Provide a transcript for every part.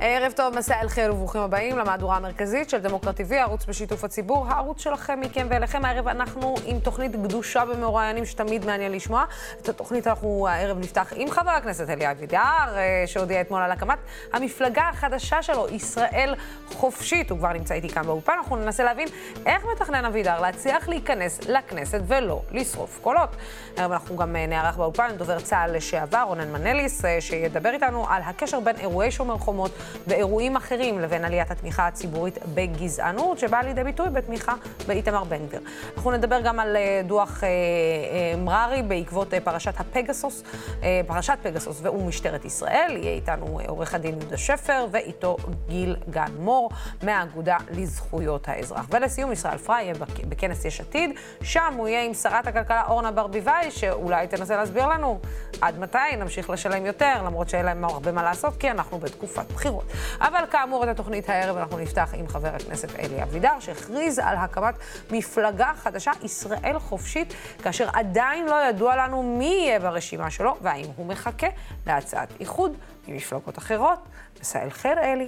ערב טוב, מסע אל חיר וברוכים הבאים למהדורה המרכזית של דמוקרטי TV, הערוץ בשיתוף הציבור, הערוץ שלכם, מכם ואליכם. הערב אנחנו עם תוכנית קדושה במרואיינים שתמיד מעניין לשמוע. את התוכנית אנחנו הערב נפתח עם חבר הכנסת אלי אבידר, שהודיע אתמול על הקמת המפלגה החדשה שלו, ישראל חופשית. הוא כבר נמצא איתי כאן באולפן. אנחנו ננסה להבין איך מתכנן אבידר להצליח להיכנס לכנסת ולא לשרוף קולות. הערב אנחנו גם נערך באולפן עם דובר צה"ל לשעבר, רונן מנליס, שידבר איתנו על הקשר בין אירועי שומר חומות ואירועים אחרים לבין עליית התמיכה הציבורית בגזענות, שבאה לידי ביטוי בתמיכה באיתמר בן גביר. אנחנו נדבר גם על דוח מררי בעקבות פרשת פגסוס ומשטרת ישראל. יהיה איתנו עורך הדין יהודה שפר ואיתו גיל גן מור מהאגודה לזכויות האזרח. ולסיום, ישראל פריי יהיה בכנס יש עתיד, שם הוא יהיה עם שרת הכלכלה אורנה ברביבאי, שאולי תנסה להסביר לנו עד מתי נמשיך לשלם יותר, למרות שאין להם הרבה מה לעשות, כי אנחנו בתקופת בחירות. אבל כאמור, את התוכנית הערב אנחנו נפתח עם חבר הכנסת אלי אבידר, שהכריז על הקמת מפלגה חדשה, ישראל חופשית, כאשר עדיין לא ידוע לנו מי יהיה ברשימה שלו, והאם הוא מחכה להצעת איחוד עם מפלגות אחרות. מסע אל חיר, אלי.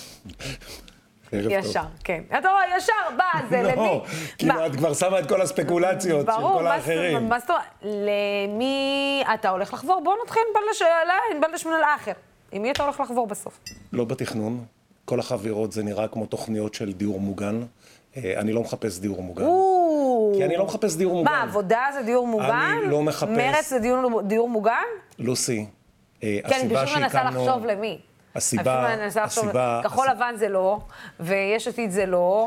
ישר, כן. אתה רואה, ישר, בא, זה למי? לא, כאילו את כבר שמה את כל הספקולציות של כל האחרים. מה זאת אומרת? למי אתה הולך לחבור? בואו נתחיל בלש מן האחר. עם מי אתה הולך לחבור בסוף? לא בתכנון. כל החבירות זה נראה כמו תוכניות של דיור מוגן. אני לא מחפש דיור מוגן. כי אני לא מחפש דיור מוגן. מה, עבודה זה דיור מוגן? אני לא מחפש. מרץ זה דיור מוגן? לוסי, כן, אני פשוט מנסה לחשוב למי. הסיבה, כחול לבן זה לא, ויש עתיד זה לא,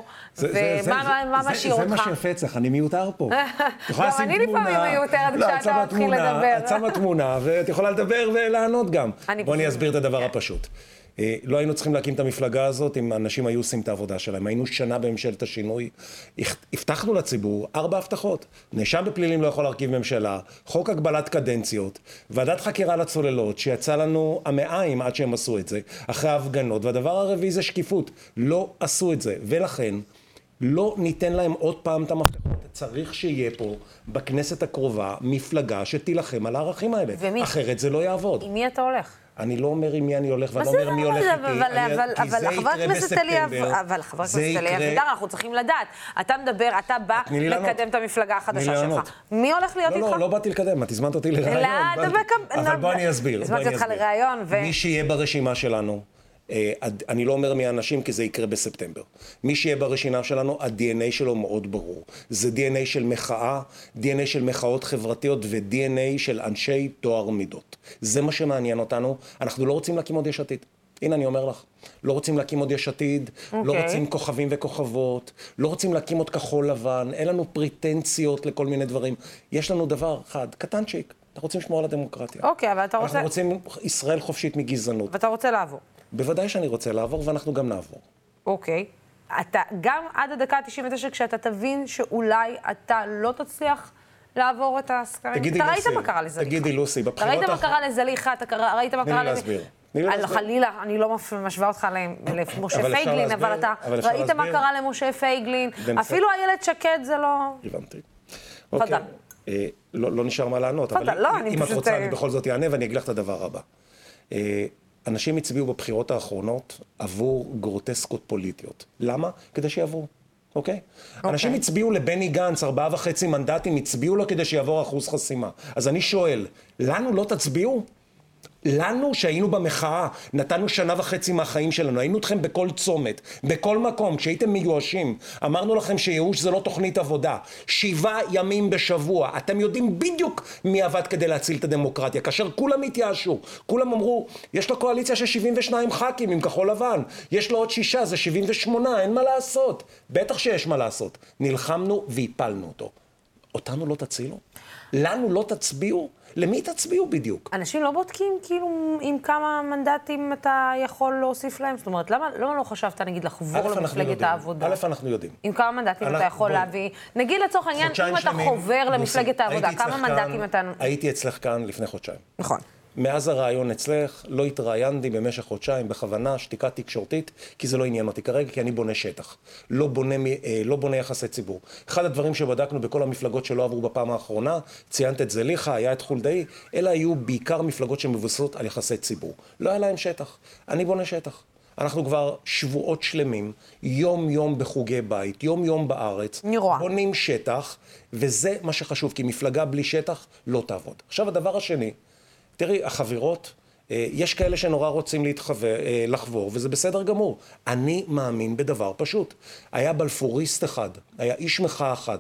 ומה משאיר אותך? זה מה שיפה אצלך, אני מיותר פה. לא, אני לפעמים מיותרת כשאתה מתחיל לדבר. את שמה תמונה, ואת יכולה לדבר ולענות גם. בוא אני אסביר את הדבר הפשוט. לא היינו צריכים להקים את המפלגה הזאת אם אנשים היו עושים את העבודה שלהם. היינו שנה בממשלת השינוי, הבטחנו לציבור 4 הבטחות. נאשם בפלילים לא יכול להרכיב ממשלה, חוק הגבלת קדנציות, ועדת חקירה לצוללות שיצא לנו המעיים עד שהם עשו את זה, אחרי ההפגנות, והדבר הרביעי זה שקיפות. לא עשו את זה, ולכן לא ניתן להם עוד פעם את המפתחות. צריך שיהיה פה בכנסת הקרובה מפלגה שתילחם על הערכים האלה. אחרת זה לא יעבוד. עם מי אתה הולך? אני לא אומר עם מי אני הולך, ואני לא אומר מי הולך איתי, כי זה יקרה בספטמבר. אבל חבר הכנסת אלי אבידר, אנחנו צריכים לדעת. אתה מדבר, אתה בא לקדם את המפלגה החדשה שלך. מי הולך להיות איתך? לא באתי לקדם, את הזמנת אותי לרעיון. אבל בוא אני אסביר. הזמנתי אותך לרעיון מי שיהיה ברשימה שלנו, אני לא אומר מהאנשים כי זה יקרה בספטמבר. מי שיהיה ברשימה שלנו, ה-DNA שלו מאוד ברור. זה DNA של מחאה, DNA של מחאות חברתיות ו-DNA של אנשי טוהר מידות. זה מה שמעניין אותנו. אנחנו לא רוצים להקים עוד יש עתיד. הנה אני אומר לך, לא רוצים להקים עוד יש עתיד, לא רוצים כוכבים וכוכבות, לא רוצים להקים עוד כחול לבן, אין לנו פריטנציות לכל מיני דברים. יש לנו דבר אחד, קטנצ'יק, אנחנו רוצים לשמור על הדמוקרטיה. אוקיי, אבל אתה רוצה... אנחנו רוצים ישראל חופשית מגזענות. ואתה רוצה לעבור. בוודאי שאני רוצה לעבור, ואנחנו גם נעבור. אוקיי. אתה גם עד הדקה ה-99, כשאתה תבין שאולי אתה לא תצליח לעבור את הסקרים. תגידי אתה לוסי. ראית מה קרה לזליכה. תגידי לוסי, אתה ראית מה קרה לזליכה, אתה ראית מה קרה... תני לי להסביר. חלילה, אני לא משווה אותך למשה פייגלין, אבל אתה ראית מה קרה למשה פייגלין. אפילו איילת שקד זה לא... הבנתי. תודה. לא נשאר מה לענות, אבל אם את רוצה, אני בכל זאת יענה ואני אגיד לך את הדבר הבא. אנשים הצביעו בבחירות האחרונות עבור גרוטסקות פוליטיות. למה? כדי שיעברו, אוקיי? אנשים הצביעו לבני גנץ, 4.5 מנדטים, הצביעו לו כדי שיעבור אחוז חסימה. אז אני שואל, לנו לא תצביעו? לנו שהיינו במחאה, נתנו 1.5 שנה מהחיים שלנו, היינו אתכם בכל צומת, בכל מקום, כשהייתם מיואשים, אמרנו לכם שייאוש זה לא תוכנית עבודה, 7 ימים בשבוע, אתם יודעים בדיוק מי עבד כדי להציל את הדמוקרטיה, כאשר כולם התייאשו, כולם אמרו, יש לו קואליציה של 72 ח"כים עם כחול לבן, יש לו עוד 6, זה 78, אין מה לעשות, בטח שיש מה לעשות, נלחמנו והפלנו אותו. אותנו לא תצילו? לנו לא תצביעו? למי תצביעו בדיוק? אנשים לא בודקים כאילו עם כמה מנדטים אתה יכול להוסיף להם? זאת אומרת, למה לא חשבת, נגיד, לחבור למפלגת העבודה? א', אנחנו יודעים. עם כמה מנדטים אתה יכול להביא? נגיד לצורך העניין, אם אתה חובר למפלגת העבודה, כמה מנדטים אתה... הייתי אצלך כאן לפני חודשיים. נכון. מאז הרעיון אצלך, לא התראיינתי במשך חודשיים בכוונה, שתיקה תקשורתית, כי זה לא עניין אותי כרגע, כי אני בונה שטח. לא בונה יחסי ציבור. אחד הדברים שבדקנו בכל המפלגות שלא עברו בפעם האחרונה, ציינת את זליכה, היה את חולדאי, אלה היו בעיקר מפלגות שמבוססות על יחסי ציבור. לא היה להם שטח. אני בונה שטח. אנחנו כבר שבועות שלמים, יום יום בחוגי בית, יום יום בארץ, בונים שטח, וזה מה שחשוב, כי מפלגה בלי שטח לא תעבוד. עכשיו הדבר השני, תראי, החברות, יש כאלה שנורא רוצים לחבור, וזה בסדר גמור. אני מאמין בדבר פשוט. היה בלפוריסט אחד, היה איש מחאה אחד,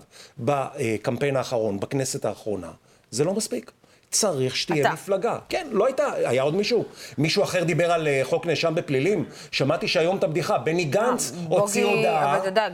בקמפיין האחרון, בכנסת האחרונה. זה לא מספיק. צריך שתהיה מפלגה. כן, לא הייתה, היה עוד מישהו. מישהו אחר דיבר על חוק נאשם בפלילים. שמעתי שהיום את הבדיחה. בני גנץ הוציא הודעה. אבל אתה יודע,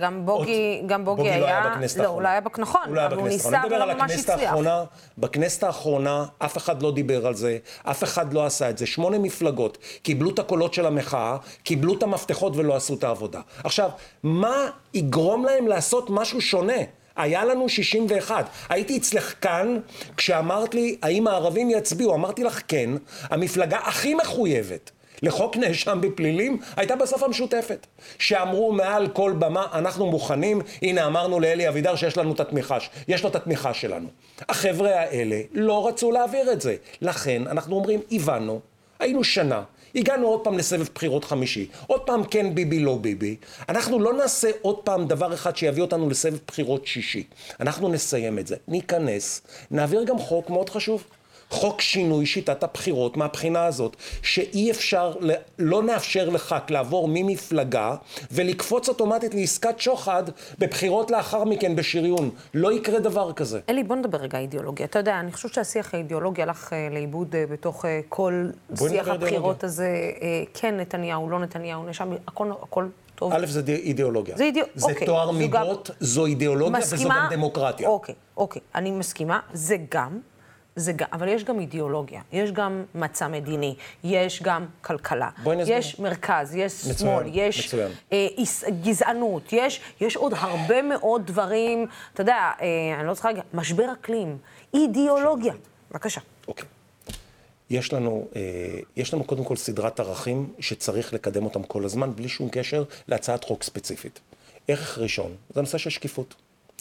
גם בוגי היה... לא, אולי היה נכון, אבל הוא ניסה ולא ממש הצליח. בכנסת האחרונה אף אחד לא דיבר על זה, אף אחד לא עשה את זה. 8 מפלגות קיבלו את הקולות של המחאה, קיבלו את המפתחות ולא עשו את העבודה. עכשיו, מה יגרום להם לעשות משהו שונה? היה לנו 61. הייתי אצלך כאן, כשאמרת לי, האם הערבים יצביעו? אמרתי לך, כן, המפלגה הכי מחויבת לחוק נאשם בפלילים, הייתה בסוף המשותפת. שאמרו מעל כל במה, אנחנו מוכנים, הנה אמרנו לאלי אבידר שיש לנו את התמיכה, יש לו את התמיכה שלנו. החבר'ה האלה לא רצו להעביר את זה. לכן אנחנו אומרים, הבנו, היינו שנה. הגענו עוד פעם לסבב בחירות חמישי, עוד פעם כן ביבי לא ביבי, אנחנו לא נעשה עוד פעם דבר אחד שיביא אותנו לסבב בחירות שישי, אנחנו נסיים את זה, ניכנס, נעביר גם חוק מאוד חשוב, חוק שינוי שיטת הבחירות מהבחינה הזאת, שאי אפשר, לא נאפשר לך לעבור ממפלגה ולקפוץ אוטומטית לעסקת שוחד בבחירות לאחר מכן בשריון. לא יקרה דבר כזה. אלי, בוא נדבר רגע אידיאולוגיה. אתה יודע, אני חושבת שהשיח האידיאולוגי הלך לאיבוד בתוך כל שיח הבחירות הזה. כן, נתניהו, לא נתניהו, נשם, הכל טוב. א', זה אידיאולוגיה. זה תואר מידות, זו אידיאולוגיה וזו גם דמוקרטיה. אוקיי, אני מסכימה, זה גם, אבל יש גם אידיאולוגיה, יש גם מצע מדיני, יש גם כלכלה, יש מרכז, יש שמאל, יש גזענות, יש עוד הרבה מאוד דברים, אתה יודע, אני לא צריכה להגיד, משבר אקלים, אידיאולוגיה. בבקשה. אוקיי. יש לנו קודם כל סדרת ערכים שצריך לקדם אותם כל הזמן, בלי שום קשר להצעת חוק ספציפית. ערך ראשון, זה הנושא של שקיפות.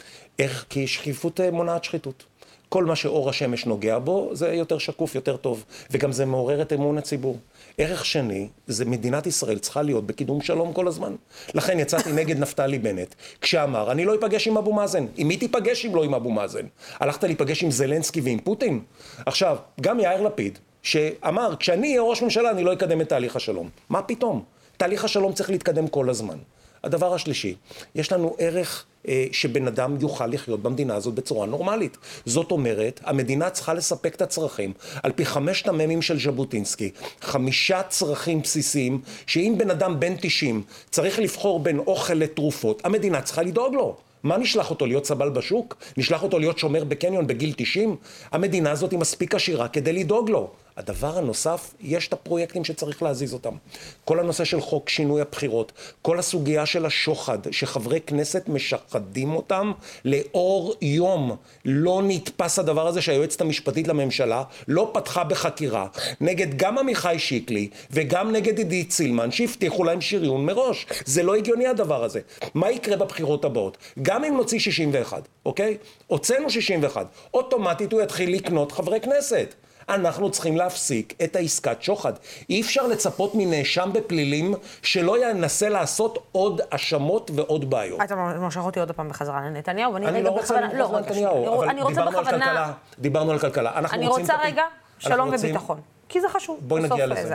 כי שקיפות מונעת שחיתות. כל מה שאור השמש נוגע בו, זה יותר שקוף, יותר טוב. וגם זה מעורר את אמון הציבור. ערך שני, זה מדינת ישראל צריכה להיות בקידום שלום כל הזמן. לכן יצאתי נגד נפתלי בנט, כשאמר, אני לא אפגש עם אבו מאזן. עם מי תיפגש אם לא עם אבו מאזן? הלכת להיפגש עם זלנסקי ועם פוטין? עכשיו, גם יאיר לפיד, שאמר, כשאני אהיה ראש ממשלה, אני לא אקדם את תהליך השלום. מה פתאום? תהליך השלום צריך להתקדם כל הזמן. הדבר השלישי, יש לנו ערך שבן אדם יוכל לחיות במדינה הזאת בצורה נורמלית. זאת אומרת, המדינה צריכה לספק את הצרכים על פי 5 המ"מים של ז'בוטינסקי, 5 צרכים בסיסיים, שאם בן אדם בן 90 צריך לבחור בין אוכל לתרופות, המדינה צריכה לדאוג לו. מה נשלח אותו להיות סבל בשוק? נשלח אותו להיות שומר בקניון בגיל 90? המדינה הזאת היא מספיק עשירה כדי לדאוג לו. הדבר הנוסף, יש את הפרויקטים שצריך להזיז אותם. כל הנושא של חוק שינוי הבחירות, כל הסוגיה של השוחד, שחברי כנסת משחדים אותם לאור יום. לא נתפס הדבר הזה שהיועצת המשפטית לממשלה לא פתחה בחקירה נגד גם עמיחי שיקלי וגם נגד עידית סילמן שהבטיחו להם שריון מראש. זה לא הגיוני הדבר הזה. מה יקרה בבחירות הבאות? גם אם נוציא 61, אוקיי? הוצאנו 61, אוטומטית הוא יתחיל לקנות חברי כנסת. אנחנו צריכים להפסיק את העסקת שוחד. אי אפשר לצפות מנאשם בפלילים שלא ינסה לעשות עוד האשמות ועוד בעיות. אתה משך אותי עוד פעם בחזרה לנתניהו, אני לא רוצה למחוז לנתניהו, אבל דיברנו על כלכלה. אני רוצה רגע שלום וביטחון. כי זה חשוב. בואי נגיע לזה.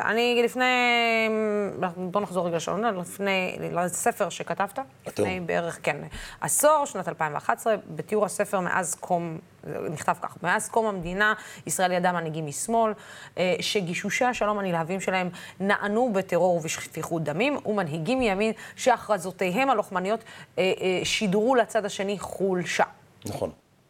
בוא נחזור רגע לשלום, לספר שכתבת, לפני בערך, כן, עשור, שנת 2011, בתיאור הספר מאז קום, נכתב כך, מאז קום המדינה, ישראל ידעה מנהיגים משמאל, שגישושי השלום הנלהבים שלהם נענו בטרור ובשפיכות דמים, ומנהיגים מימין שהכרזותיהם הלוחמניות שידרו לצד השני חולשה. נכון.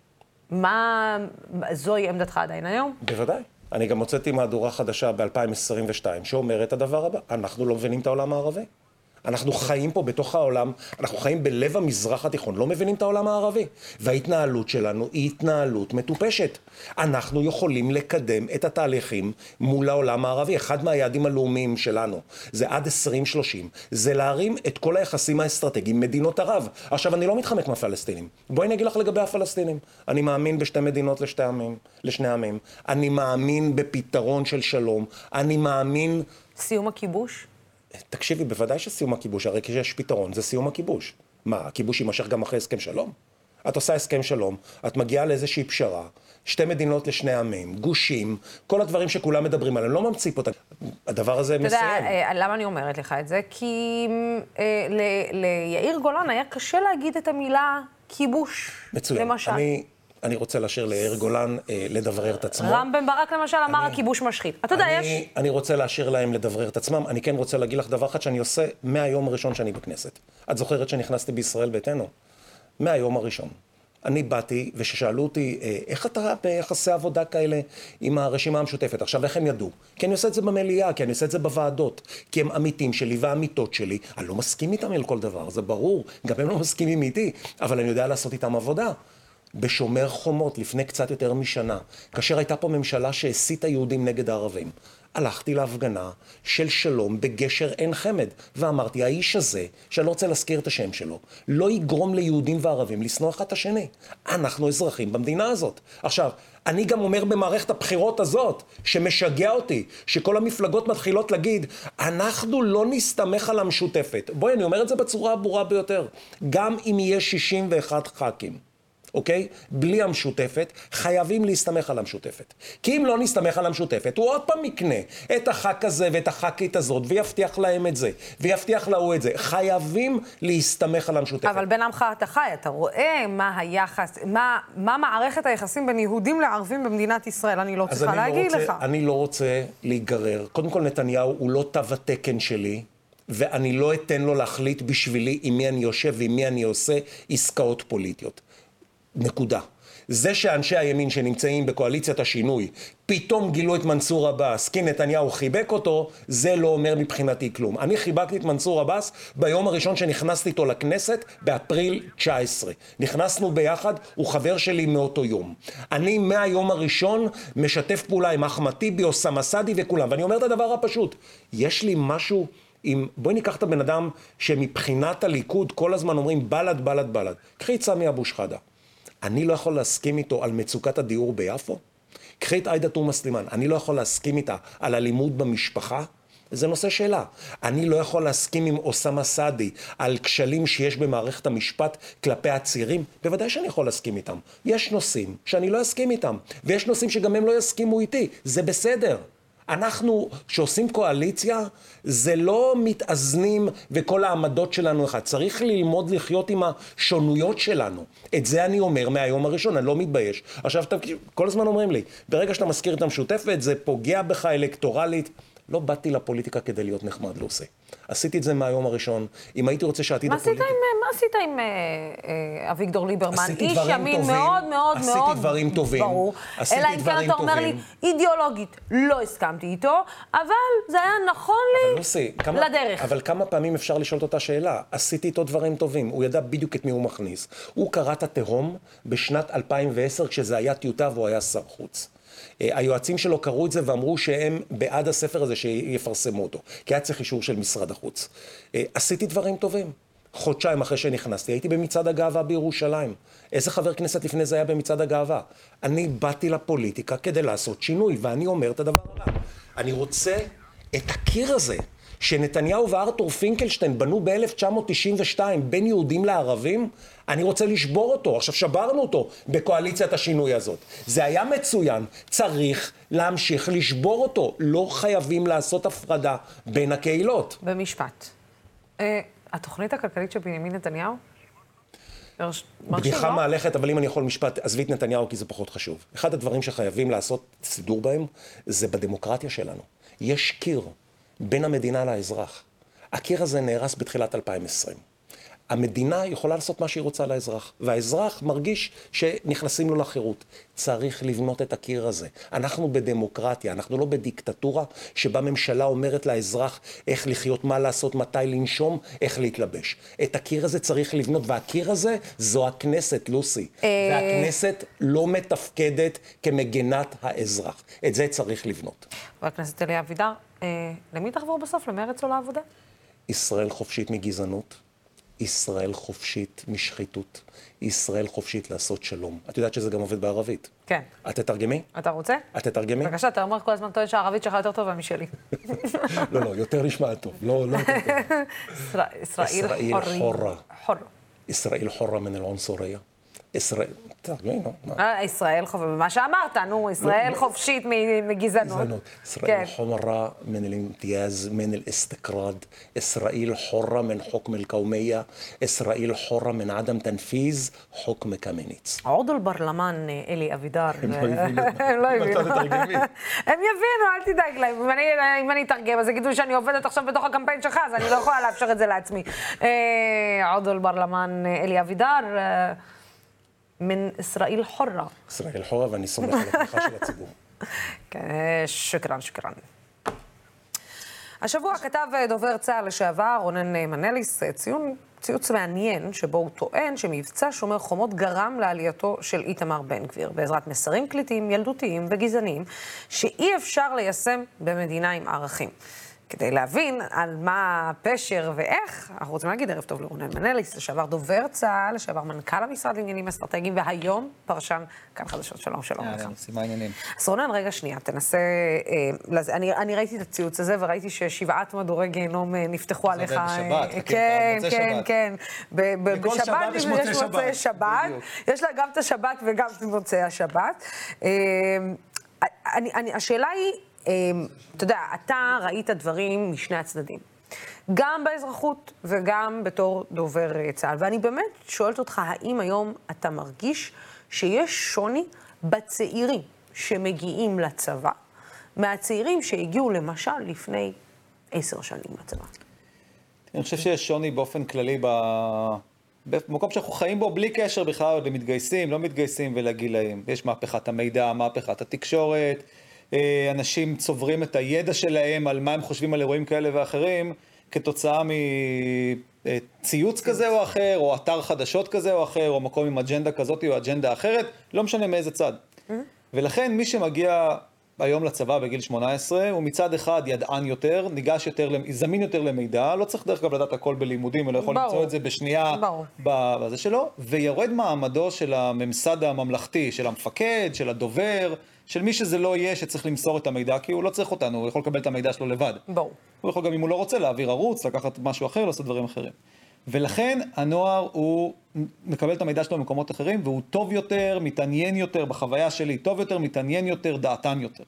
זוהי עמדתך עדיין היום? בוודאי. אני גם הוצאתי מהדורה חדשה ב-2022, שאומרת את הדבר הבא, אנחנו לא מבינים את העולם הערבי. אנחנו חיים פה בתוך העולם, אנחנו חיים בלב המזרח התיכון, לא מבינים את העולם הערבי. וההתנהלות שלנו היא התנהלות מטופשת. אנחנו יכולים לקדם את התהליכים מול העולם הערבי. אחד מהיעדים הלאומיים שלנו, זה עד 2030, זה להרים את כל היחסים האסטרטגיים מדינות ערב. עכשיו, אני לא מתחמק מהפלסטינים. בואי נגיד לך לגבי הפלסטינים. אני מאמין בשתי מדינות לשני עמים. אני מאמין בפתרון של שלום. אני מאמין... סיום הכיבוש? תקשיבי, בוודאי שסיום הכיבוש, הרי כשיש פתרון, זה סיום הכיבוש. מה, הכיבוש יימשך גם אחרי הסכם שלום? את עושה הסכם שלום, את מגיעה לאיזושהי פשרה, שתי מדינות לשני עמים, גושים, כל הדברים שכולם מדברים עליהם, לא ממציא פה את הדבר הזה מסיים. אתה יודע, למה אני אומרת לך את זה? כי ליאיר גולן היה קשה להגיד את המילה כיבוש, מצוין. למשל. אני רוצה להשאיר ליאיר גולן לדברר את עצמו. רם בן ברק למשל אמר הכיבוש משחית. אתה יודע, אני רוצה להשאיר להם לדברר את עצמם. אני כן רוצה להגיד לך דבר אחד שאני עושה מהיום הראשון שאני בכנסת. את זוכרת שנכנסתי בישראל ביתנו? מהיום הראשון. אני באתי וששאלו אותי, איך אתה ביחסי עבודה כאלה עם הרשימה המשותפת? עכשיו, איך הם ידעו? כי אני עושה את זה במליאה, כי אני עושה את זה בוועדות, כי הם עמיתים שלי והעמיתות שלי. אני לא מסכים איתם על כל דבר, זה ברור. גם הם לא מסכימים איתי, אבל אני יודע לעשות איתם עבודה. בשומר חומות, לפני קצת יותר משנה, כאשר הייתה פה ממשלה שהסיתה יהודים נגד הערבים, הלכתי להפגנה של שלום בגשר עין חמד, ואמרתי, האיש הזה, שאני לא רוצה להזכיר את השם שלו, לא יגרום ליהודים וערבים לשנוא אחד את השני. אנחנו אזרחים במדינה הזאת. עכשיו, אני גם אומר במערכת הבחירות הזאת, שמשגע אותי, שכל המפלגות מתחילות להגיד, אנחנו לא נסתמך על המשותפת. בואי, אני אומר את זה בצורה הברורה ביותר. גם אם יהיה 61 ח"כים. אוקיי? בלי המשותפת, חייבים להסתמך על המשותפת. כי אם לא נסתמך על המשותפת, הוא עוד פעם יקנה את הח"כ הזה ואת הח"כית הזאת, ויבטיח להם את זה, ויבטיח לו את זה. חייבים להסתמך על המשותפת. אבל בין עמך אתה חי, אתה רואה מה היחס, מה מערכת היחסים בין יהודים לערבים במדינת ישראל, אני לא צריכה להגיד לך. אני לא רוצה להיגרר. קודם כל, נתניהו הוא לא תו התקן שלי, ואני לא אתן לו להחליט בשבילי עם מי אני יושב ועם מי אני עושה עסקאות פוליטיות. נקודה. זה שאנשי הימין שנמצאים בקואליציית השינוי פתאום גילו את מנסור עבאס, כי נתניהו חיבק אותו, זה לא אומר מבחינתי כלום. אני חיבקתי את מנסור עבאס ביום הראשון שנכנסתי איתו לכנסת, באפריל 19. נכנסנו ביחד, הוא חבר שלי מאותו יום. אני מהיום הראשון משתף פעולה עם אחמד טיבי, אוסאמה סעדי וכולם, ואני אומר את הדבר הפשוט, יש לי משהו בואי ניקח את הבן אדם שמבחינת הליכוד כל הזמן אומרים בלד, בלד, בלד. קחי את סמי אבו שחאדה. אני לא יכול להסכים איתו על מצוקת הדיור ביפו? קחי את עאידה תומא סלימאן, אני לא יכול להסכים איתה על אלימות במשפחה? זה נושא שלה. אני לא יכול להסכים עם אוסאמה סעדי על כשלים שיש במערכת המשפט כלפי הצעירים? בוודאי שאני יכול להסכים איתם. יש נושאים שאני לא אסכים איתם, ויש נושאים שגם הם לא יסכימו איתי. זה בסדר. אנחנו, שעושים קואליציה, זה לא מתאזנים וכל העמדות שלנו אחד. צריך ללמוד לחיות עם השונויות שלנו. את זה אני אומר מהיום הראשון, אני לא מתבייש. עכשיו, כל הזמן אומרים לי, ברגע שאתה מזכיר את המשותפת, זה פוגע בך אלקטורלית. לא באתי לפוליטיקה כדי להיות נחמד, לא עושה. עשיתי את זה מהיום הראשון. אם הייתי רוצה שעתיד הפוליטיקה... מה עשית עם אביגדור ליברמן? איש ימין מאוד מאוד מאוד... עשיתי דברים טובים. ברור. אלא אם כן אתה אומר לי, אידיאולוגית לא הסכמתי איתו, אבל זה היה נכון לי לדרך. אבל כמה פעמים אפשר לשאול את אותה שאלה? עשיתי איתו דברים טובים. הוא ידע בדיוק את מי הוא מכניס. הוא קרא את התהום בשנת 2010, כשזה היה טיוטה והוא היה שר חוץ. היועצים שלו קראו את זה ואמרו שהם בעד הספר הזה שיפרסמו אותו, כי היה צריך אישור של משרד החוץ. עשיתי דברים טובים. חודשיים אחרי שנכנסתי, הייתי במצעד הגאווה בירושלים. איזה חבר כנסת לפני זה היה במצעד הגאווה? אני באתי לפוליטיקה כדי לעשות שינוי, ואני אומר את הדבר הבא. אני רוצה את הקיר הזה, שנתניהו וארתור פינקלשטיין בנו ב-1992 בין יהודים לערבים, אני רוצה לשבור אותו. עכשיו שברנו אותו בקואליציית השינוי הזאת. זה היה מצוין, צריך להמשיך לשבור אותו. לא חייבים לעשות הפרדה בין הקהילות. במשפט. התוכנית הכלכלית של בנימין נתניהו? בדיחה מהלכת, אבל אם אני יכול משפט, עזבי את נתניהו כי זה פחות חשוב. אחד הדברים שחייבים לעשות סידור בהם, זה בדמוקרטיה שלנו. יש קיר בין המדינה לאזרח. הקיר הזה נהרס בתחילת 2020. המדינה יכולה לעשות מה שהיא רוצה לאזרח, והאזרח מרגיש שנכנסים לו לחירות. צריך לבנות את הקיר הזה. אנחנו בדמוקרטיה, אנחנו לא בדיקטטורה שבה ממשלה אומרת לאזרח איך לחיות, מה לעשות, מתי לנשום, איך להתלבש. את הקיר הזה צריך לבנות, והקיר הזה זו הכנסת, לוסי. והכנסת לא מתפקדת כמגנת האזרח. את זה צריך לבנות. חבר הכנסת אלי אבידר, למי תחבור בסוף? למרץ או לעבודה? ישראל חופשית מגזענות. ישראל חופשית משחיתות. ישראל חופשית לעשות שלום. את יודעת שזה גם עובד בערבית. כן. את תתרגמי? אתה רוצה? את תתרגמי? בבקשה, אתה אומר כל הזמן טוען שהערבית שלך יותר טובה משלי. לא, יותר נשמע טוב. לא יותר טוב. ישראל חורה. ישראל חורה מן אל-ענסוריה. ישראל, תרגמי, נו. ישראל חופשית, מה שאמרת, נו, ישראל חופשית מגזענות. ישראל חורה מן אל-אינתיאז, מן אל-אסתקראד, ישראל חורה מן חוקם אל-קומיה, ישראל חורה מן עדם תנפיז, חוקם קמיניץ. עוד אל-ברלמן, אלי אבידר. הם לא הבינו. הם יבינו, אל תדאג להם. אם אני אתרגם, אז יגידו שאני עובדת עכשיו בתוך הקמפיין שלך, אז אני לא יכולה לאפשר את זה לעצמי. עוד אל-ברלמן, אלי אבידר. من إسرائيل حرة. إسرائيل حرة ואני סומך על התמיכה של הציבור. שוקרן. השבוע כתב דובר צה"ל לשעבר רונן מנליס ציוץ מעניין שבו הוא טוען שמבצע שומר חומות גרם לעלייתו של איתמר בן גביר בעזרת מסרים קליטיים, ילדותיים וגזעניים שאי אפשר ליישם במדינה עם ערכים. כדי להבין על מה הפשר ואיך, אנחנו רוצים להגיד ערב טוב לרונן מנליס, לשעבר דובר צה"ל, לשעבר מנכ"ל המשרד לעניינים אסטרטגיים, והיום פרשן כאן חדשות. שלום לך. מה העניינים? אז רונן, רגע שנייה, תנסה, אני ראיתי את הציוץ הזה וראיתי ששבעת מדורי גיהנום נפתחו עליך. זה בשבת, כן. בכל שבת יש מוצאי שבת. יש לה גם את השבת וגם את מוצאי השבת. השאלה היא, אתה יודע, אתה ראית דברים משני הצדדים. גם באזרחות וגם בתור דובר צה"ל. ואני באמת שואלת אותך, האם היום אתה מרגיש שיש שוני בצעירים שמגיעים לצבא, מהצעירים שהגיעו למשל לפני 10 שנים לצבא? אני חושב שיש שוני באופן כללי במקום שאנחנו חיים בו בלי קשר בכלל למתגייסים, לא מתגייסים ולגילאים. יש מהפכת המידע, מהפכת התקשורת, אנשים צוברים את הידע שלהם על מה הם חושבים על אירועים כאלה ואחרים, כתוצאה מציוץ כזה או אחר, או אתר חדשות כזה או אחר, או מקום עם אג'נדה כזאת או אג'נדה אחרת, לא משנה מאיזה צד. ולכן מי שמגיע היום לצבא בגיל 18, הוא מצד אחד ידען יותר, ניגש יותר, זמין יותר למידע, לא צריך דרך כלל לדעת הכל בלימודים, ולא יכול למצוא את זה בשנייה בזה שלו, ויורד מעמדו של הממסד הממלכתי, של המפקד, של הדובר, של מי שזה לא יהיה שצריך למסור את המידע, כי הוא לא צריך אותנו, הוא יכול לקבל את המידע שלו לבד. הוא יכול גם אם הוא לא רוצה להעביר ערוץ, לקחת משהו אחר, לעשות דברים אחרים. ולכן הנוער הוא מקבל את המידע שלו במקומות אחרים, והוא טוב יותר, מתעניין יותר, בחוויה שלי, טוב יותר, מתעניין יותר, דעתן יותר.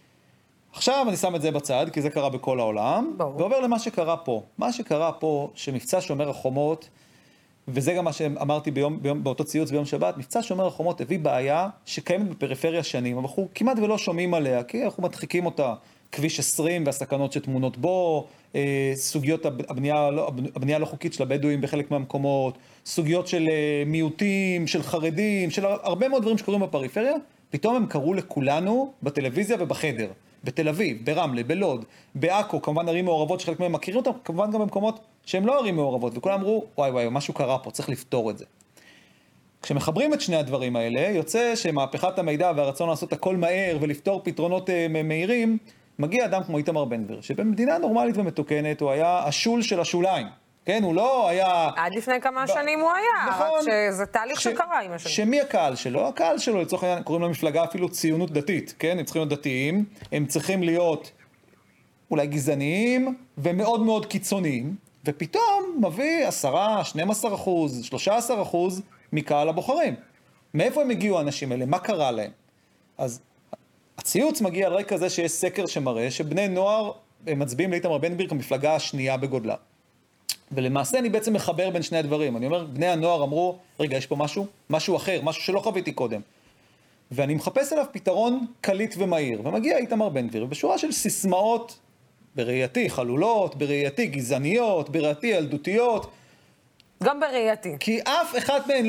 עכשיו אני שם את זה בצד, כי זה קרה בכל העולם, ועובר למה שקרה פה. מה שקרה פה, שמבצע שומר החומות, וזה גם מה שאמרתי באותו ציוץ ביום שבת, מבצע שומר החומות הביא בעיה שקיימת בפריפריה שנים, אבל אנחנו כמעט ולא שומעים עליה, כי אנחנו מדחיקים אותה. כביש 20 והסכנות שתמונות בו, סוגיות הבנייה לא חוקית של הבדואים בחלק מהמקומות, סוגיות של מיעוטים, של חרדים, של הרבה מאוד דברים שקורים בפריפריה, פתאום הם קראו לכולנו בטלוויזיה ובחדר, בתל אביב, ברמלה, בלוד, בעכו, כמובן ערים מעורבות שחלק מהם מכירים אותם, כמובן גם במקומות שהם לא ערים מעורבות, וכולם אמרו, וואי, משהו קרה פה, צריך לפתור את זה. כשמחברים את שני הדברים האלה, יוצא שמהפכת המידע והרצון לעשות הכל מהר ולפתור פתרונות מהירים, מגיע אדם כמו איתמר בן גביר, שבמדינה נורמלית ומתוקנת הוא היה השול של השוליים. כן, הוא לא היה... עד לפני כמה שנים הוא היה, נכון, רק שזה תהליך שקרה עם השנים. שמי הקהל שלו? הקהל שלו, לצורך העניין, קוראים למפלגה אפילו ציונות דתית, כן? הם צריכים להיות דתיים, הם צריכים להיות אולי גזעניים ומאוד מאוד קיצוניים, ופתאום מביא 10%, 12%, 13% מקהל הבוחרים. מאיפה הם הגיעו האנשים האלה? מה קרה להם? אז הציוץ מגיע על רקע זה שיש סקר שמראה שבני נוער מצביעים לאיתמר בן גביר כמפלגה השנייה בגודלה. ולמעשה אני בעצם מחבר בין שני הדברים. אני אומר, בני הנוער אמרו, רגע, יש פה משהו אחר, משהו שלא חוויתי קודם. ואני מחפש עליו פתרון קליט ומהיר. ומגיע איתמר בן גביר, בשורה של סיסמאות, בראייתי חלולות, בראייתי גזעניות, בראייתי ילדותיות. גם בראייתי. כי אף אחד מהן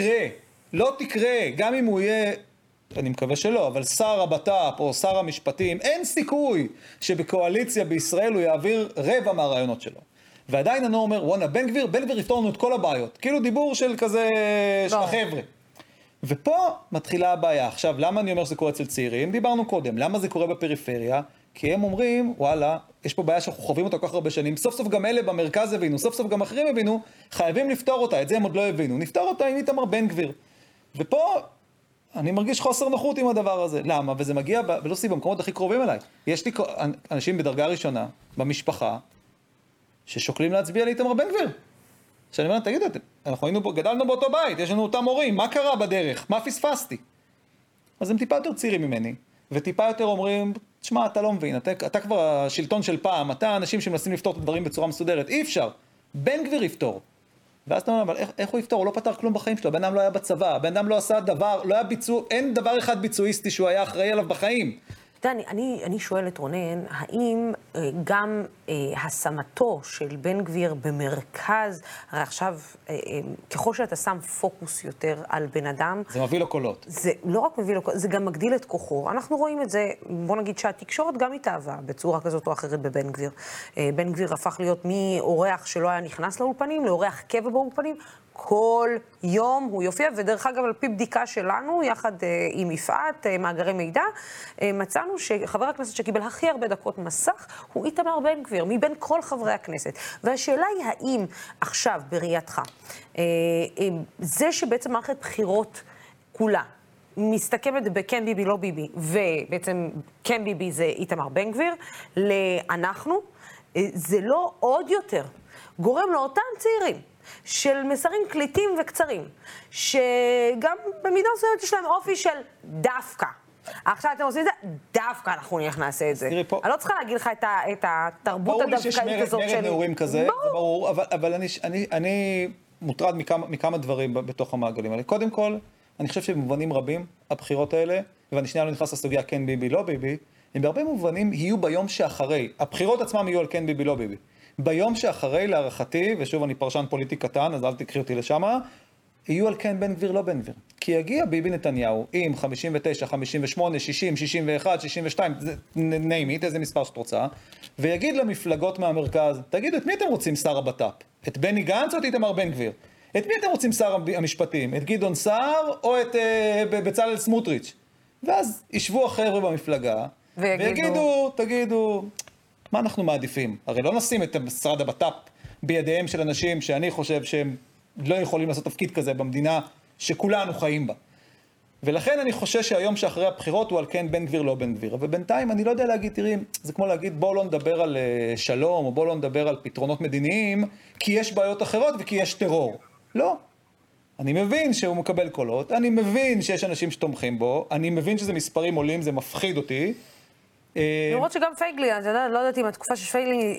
לא תקרה, גם אם הוא יהיה... אני מקווה שלא, אבל שר הבט"פ או שר המשפטים, אין סיכוי שבקואליציה בישראל הוא יעביר רבע מהרעיונות שלו. ועדיין אני אומר, וואנה, בן גביר יפתור לנו את כל הבעיות. כאילו דיבור של כזה, של החבר'ה. ופה מתחילה הבעיה. עכשיו, למה אני אומר שזה קורה אצל צעירים? דיברנו קודם. למה זה קורה בפריפריה? כי הם אומרים, וואלה, יש פה בעיה שאנחנו חווים אותה כל כך הרבה שנים, סוף סוף גם אלה במרכז הבינו, סוף סוף גם אחרים הבינו, חייבים לפתור אותה, את זה הם עוד לא הבינו, נפתור אותה עם איתמר בן גביר. ופה אני מרגיש חוסר נוחות עם הדבר הזה. למה? וזה מגיע, ולא סיבה, במקומות הכי קרובים אליי. יש לי אנשים בדרגה ראשונה, במשפחה, ששוקלים להצביע לאיתמר בן גביר. שאני אומר, תגידו, אנחנו גדלנו באותו בית, יש לנו אותם הורים, מה קרה בדרך? מה פספסתי? אז הם טיפה יותר צעירים ממני, וטיפה יותר אומרים, תשמע, אתה לא מבין, אתה כבר השלטון של פעם, אתה אנשים שמנסים לפתור את הדברים בצורה מסודרת, אי אפשר. בן גביר יפתור. ואז אתה אומר, אבל איך הוא יפתור? הוא לא פתר כלום בחיים שלו, הבן אדם לא היה בצבא, הבן אדם לא עשה דבר, לא היה אין דבר אחד ביצועיסטי שהוא היה אחראי עליו בחיים. אני שואלת, רונן, האם גם השמתו של בן גביר במרכז, הרי עכשיו, ככל שאתה שם פוקוס יותר על בן אדם... זה מביא לו קולות. זה לא רק מביא לו קולות, זה גם מגדיל את כוחו. אנחנו רואים את זה, בוא נגיד שהתקשורת גם התאהבה בצורה כזאת או אחרת בבן גביר. בן גביר הפך להיות מאורח שלא היה נכנס לאולפנים, לאורח קבע באולפנים, כל יום הוא יופיע, ודרך אגב, על פי בדיקה שלנו, יחד עם יפעת, מאגרי מידע, מצאנו שחבר הכנסת שקיבל הכי הרבה דקות מסך, הוא איתמר בן גביר, מבין כל חברי הכנסת. והשאלה היא האם עכשיו, בראייתך, זה שבעצם מערכת בחירות כולה, מסתכמת בכן ביבי, לא ביבי, ובעצם כן ביבי זה איתמר בן גביר, לאנחנו, זה לא עוד יותר גורם לאותם צעירים, של מסרים קליטים וקצרים, שגם במידה מסוימת יש להם אופי של דווקא. עכשיו אתם עושים את זה, דווקא אנחנו נעשה את זה. אני לא צריכה להגיד לך את התרבות הדווקאית הזאת של... ברור לי שיש מרד נעורים כזה, זה ברור, אבל אני מוטרד מכמה דברים בתוך המעגלים האלה. קודם כל, אני חושב שבמובנים רבים, הבחירות האלה, ואני שנייה לא נכנס לסוגיה כן ביבי, לא ביבי, הם בהרבה מובנים יהיו ביום שאחרי. הבחירות עצמם יהיו על כן ביבי, לא ביבי. ביום שאחרי, להערכתי, ושוב אני פרשן פוליטי קטן, אז אל תקחי אותי לשם, יהיו על כן בן גביר, לא בן גביר. כי יגיע ביבי נתניהו עם 59, 58, 60, 61, 62, name it, איזה מספר שאת רוצה, ויגיד למפלגות מהמרכז, תגידו, את מי אתם רוצים שר הבט"פ? את בני גנץ או את איתמר בן גביר? את מי אתם רוצים שר המשפטים? את גדעון סער או את בצלאל סמוטריץ'? ואז ישבו החבר'ה במפלגה, ויגידו, תגידו, מה אנחנו מעדיפים? הרי לא נשים את משרד הבט"פ בידיהם של אנשים שאני חושב שהם לא יכולים לעשות תפקיד כזה במדינה שכולנו חיים בה. ולכן אני חושש שהיום שאחרי הבחירות הוא על כן בן גביר, לא בן גביר. ובינתיים אני לא יודע להגיד, תראי, זה כמו להגיד בואו לא נדבר על שלום, או בואו לא נדבר על פתרונות מדיניים, כי יש בעיות אחרות וכי יש טרור. לא. אני מבין שהוא מקבל קולות, אני מבין שיש אנשים שתומכים בו, אני מבין שזה מספרים עולים, זה מפחיד אותי, למרות שגם פייגלי, אני לא יודעת אם התקופה שפייגלי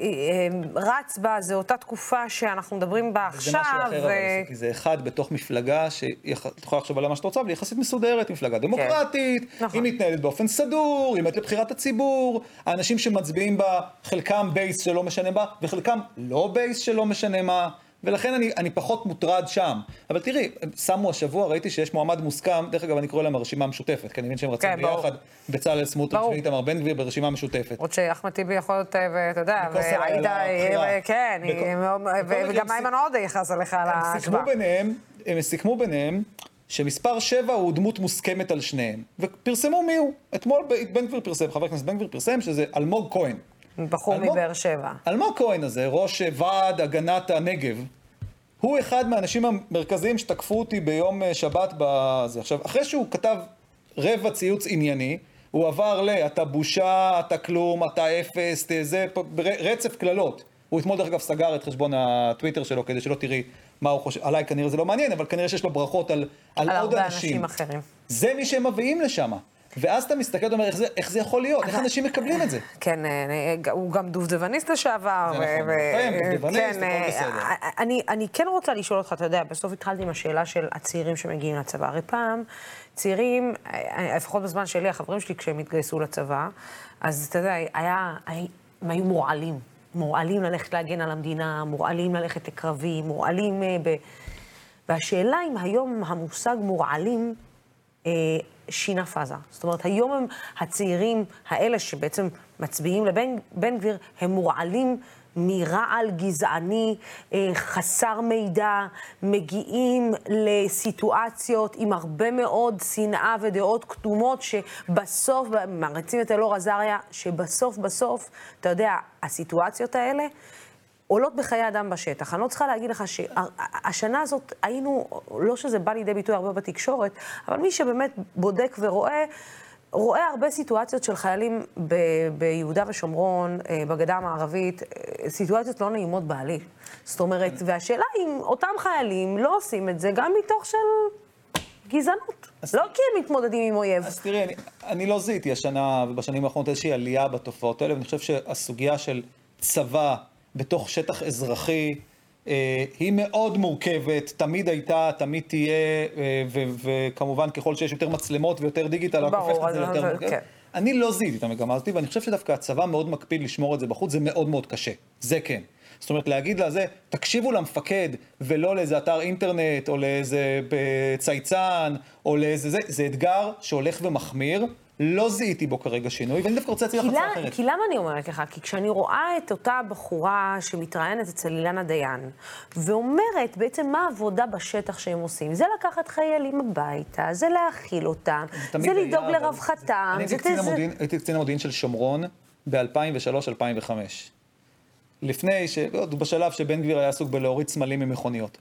רץ בה, זה אותה תקופה שאנחנו מדברים בה עכשיו. זה משהו אחר, אבל זה אחד בתוך מפלגה שאת יכולה לחשוב עליה מה שאת רוצה, אבל היא יחסית מסודרת, מפלגה דמוקרטית, היא מתנהלת באופן סדור, היא מתנהלת לבחירת הציבור, האנשים שמצביעים בה, חלקם בייס שלא משנה בה, וחלקם לא בייס שלא משנה מה, ולכן אני פחות מוטרד שם. אבל תראי, שמו השבוע, ראיתי שיש מועמד מוסכם, דרך אגב אני קורא להם הרשימה המשותפת, כי אני מבין שהם רצים ביחד בצלאל סמוטריץ' ואיתמר בן גביר ברשימה משותפת. עוד שאחמד טיבי יכול להיות, ואתה יודע, כן, וגם איימן עודה יכנס עליך על ההשוואה. הם סיכמו ביניהם שמספר 7 הוא דמות מוסכמת על שניהם, ופרסמו מי הוא. אתמול בן גביר פרסם, חבר הכנסת בן גביר פרסם שזה אלמוג כהן. בחור מבאר שבע. אלמוג כהן הזה, ראש ועד הגנת הנגב, הוא אחד מהאנשים המרכזיים שתקפו אותי ביום שבת בזה. עכשיו, אחרי שהוא כתב רבע ציוץ ענייני, הוא עבר אתה בושה, אתה כלום, אתה אפס, זה רצף כללות. הוא אתמול דרך אגב סגר את חשבון הטוויטר שלו, כדי שלא תראי מה הוא חושב. עליי כנראה זה לא מעניין, אבל כנראה שיש לו ברכות על עוד אנשים אחרים. זה מי שהם מביאים לשם. ואז אתה מסתכל ואומר, איך זה יכול להיות? איך אנשים מקבלים את זה? כן, הוא גם דובדבניסט לשעבר. זה נכון, דובדבניסט, הכל בסדר. אני כן רוצה לשאול אותך, אתה יודע, בסוף התחלתי עם השאלה של הצעירים שמגיעים לצבא. הרי פעם, צעירים, לפחות בזמן שלי, החברים שלי, כשהם התגייסו לצבא, אז אתה יודע, הם היו מורעלים ללכת להגן על המדינה, מורעלים ללכת לקרבים, מורעלים והשאלה אם היום המושג מורעלים, שינה פאזה. זאת אומרת, היום הם הצעירים האלה שבעצם מצביעים לבן גביר, הם מורעלים מרעל גזעני, חסר מידע, מגיעים לסיטואציות עם הרבה מאוד שנאה ודעות קדומות, שבסוף, מרצים את אלאור עזריה, שבסוף, אתה יודע, הסיטואציות האלה עולות בחיי אדם בשטח. אני לא צריכה להגיד לך שהשנה הזאת היינו, לא שזה בא לידי ביטוי הרבה בתקשורת, אבל מי שבאמת בודק רואה הרבה סיטואציות של חיילים ביהודה ושומרון, בגדה המערבית, סיטואציות לא נעימות בעליל. זאת אומרת, והשאלה אם אותם חיילים לא עושים את זה גם מתוך של גזענות. לא כי הם מתמודדים עם אויב. אז תראי, אני לא זיהיתי השנה ובשנים האחרונות איזושהי עלייה בתופעות האלה, ואני חושב שהסוגיה של צבא בתוך שטח אזרחי היא מאוד מורכבת, תמיד הייתה, תמיד תהיה, וכמובן ככל שיש יותר מצלמות ויותר דיגיטל, רק הופך את זה יותר מורכב. אני לא זיהיתי את המגמה הזאת, ואני חושב שדווקא הצבא מאוד מקפיד לשמור את זה בחוץ, זה מאוד מאוד קשה, זה כן. זאת אומרת, להגיד לזה, תקשיבו למפקד, ולא לאיזה אתר אינטרנט, או לאיזה צייצן, או לאיזה זה אתגר שהולך ומחמיר, לא זיהיתי בו כרגע שינוי, ואני דווקא רוצה להציע לך הצעה אחרת. כי למה אני אומרת לך? כי כשאני רואה את אותה בחורה שמתראיינת אצל אילנה דיין, ואומרת בעצם מה העבודה בשטח שהם עושים, זה לקחת חיילים הביתה, זה להאכיל אותם, זה לדאוג לרווחתם. הייתי קצין המודיעין של שומרון ב-2003-2005. לפני בשלב שבן גביר היה עסוק בלהוריד סמלים ממכוניות.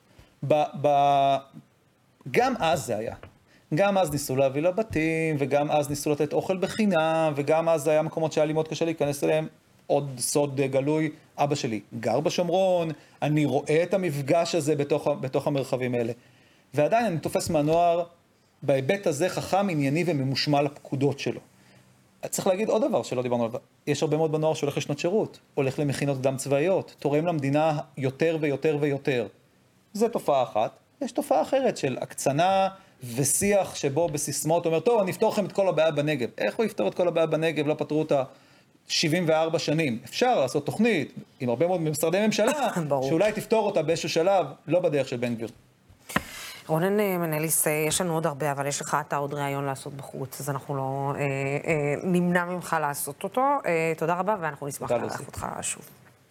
גם אז זה היה. גם אז ניסו להביא לבתים, וגם אז ניסו לתת אוכל בחינם, וגם אז היה מקומות שהיה לי מאוד קשה להיכנס אליהם. עוד סוד גלוי, אבא שלי גר בשומרון, אני רואה את המפגש הזה בתוך המרחבים האלה. ועדיין אני תופס מהנוער, בהיבט הזה חכם, ענייני וממושמע לפקודות שלו. צריך להגיד עוד דבר שלא דיברנו עליו. יש הרבה מאוד בנוער שהולך לשנות שירות, הולך למכינות קדם צבאיות, תורם למדינה יותר ויותר ויותר. זו תופעה אחת. יש תופעה אחרת של הקצנה ושיח שבו בסיסמאות אומר, טוב, אני אפתור לכם את כל הבעיה בנגב. איך הוא יפתור את כל הבעיה בנגב? לא פתרו אותה 74 שנים. אפשר לעשות תוכנית עם הרבה מאוד משרדי ממשלה, שאולי תפתור אותה באיזשהו שלב, לא בדרך של בן גביר. רונן מנליס, יש לנו עוד הרבה, אבל יש לך אתה עוד ראיון לעשות בחוץ, אז אנחנו לא נמנע ממך לעשות אותו. תודה רבה, ואנחנו נשמח לארח אותך שוב.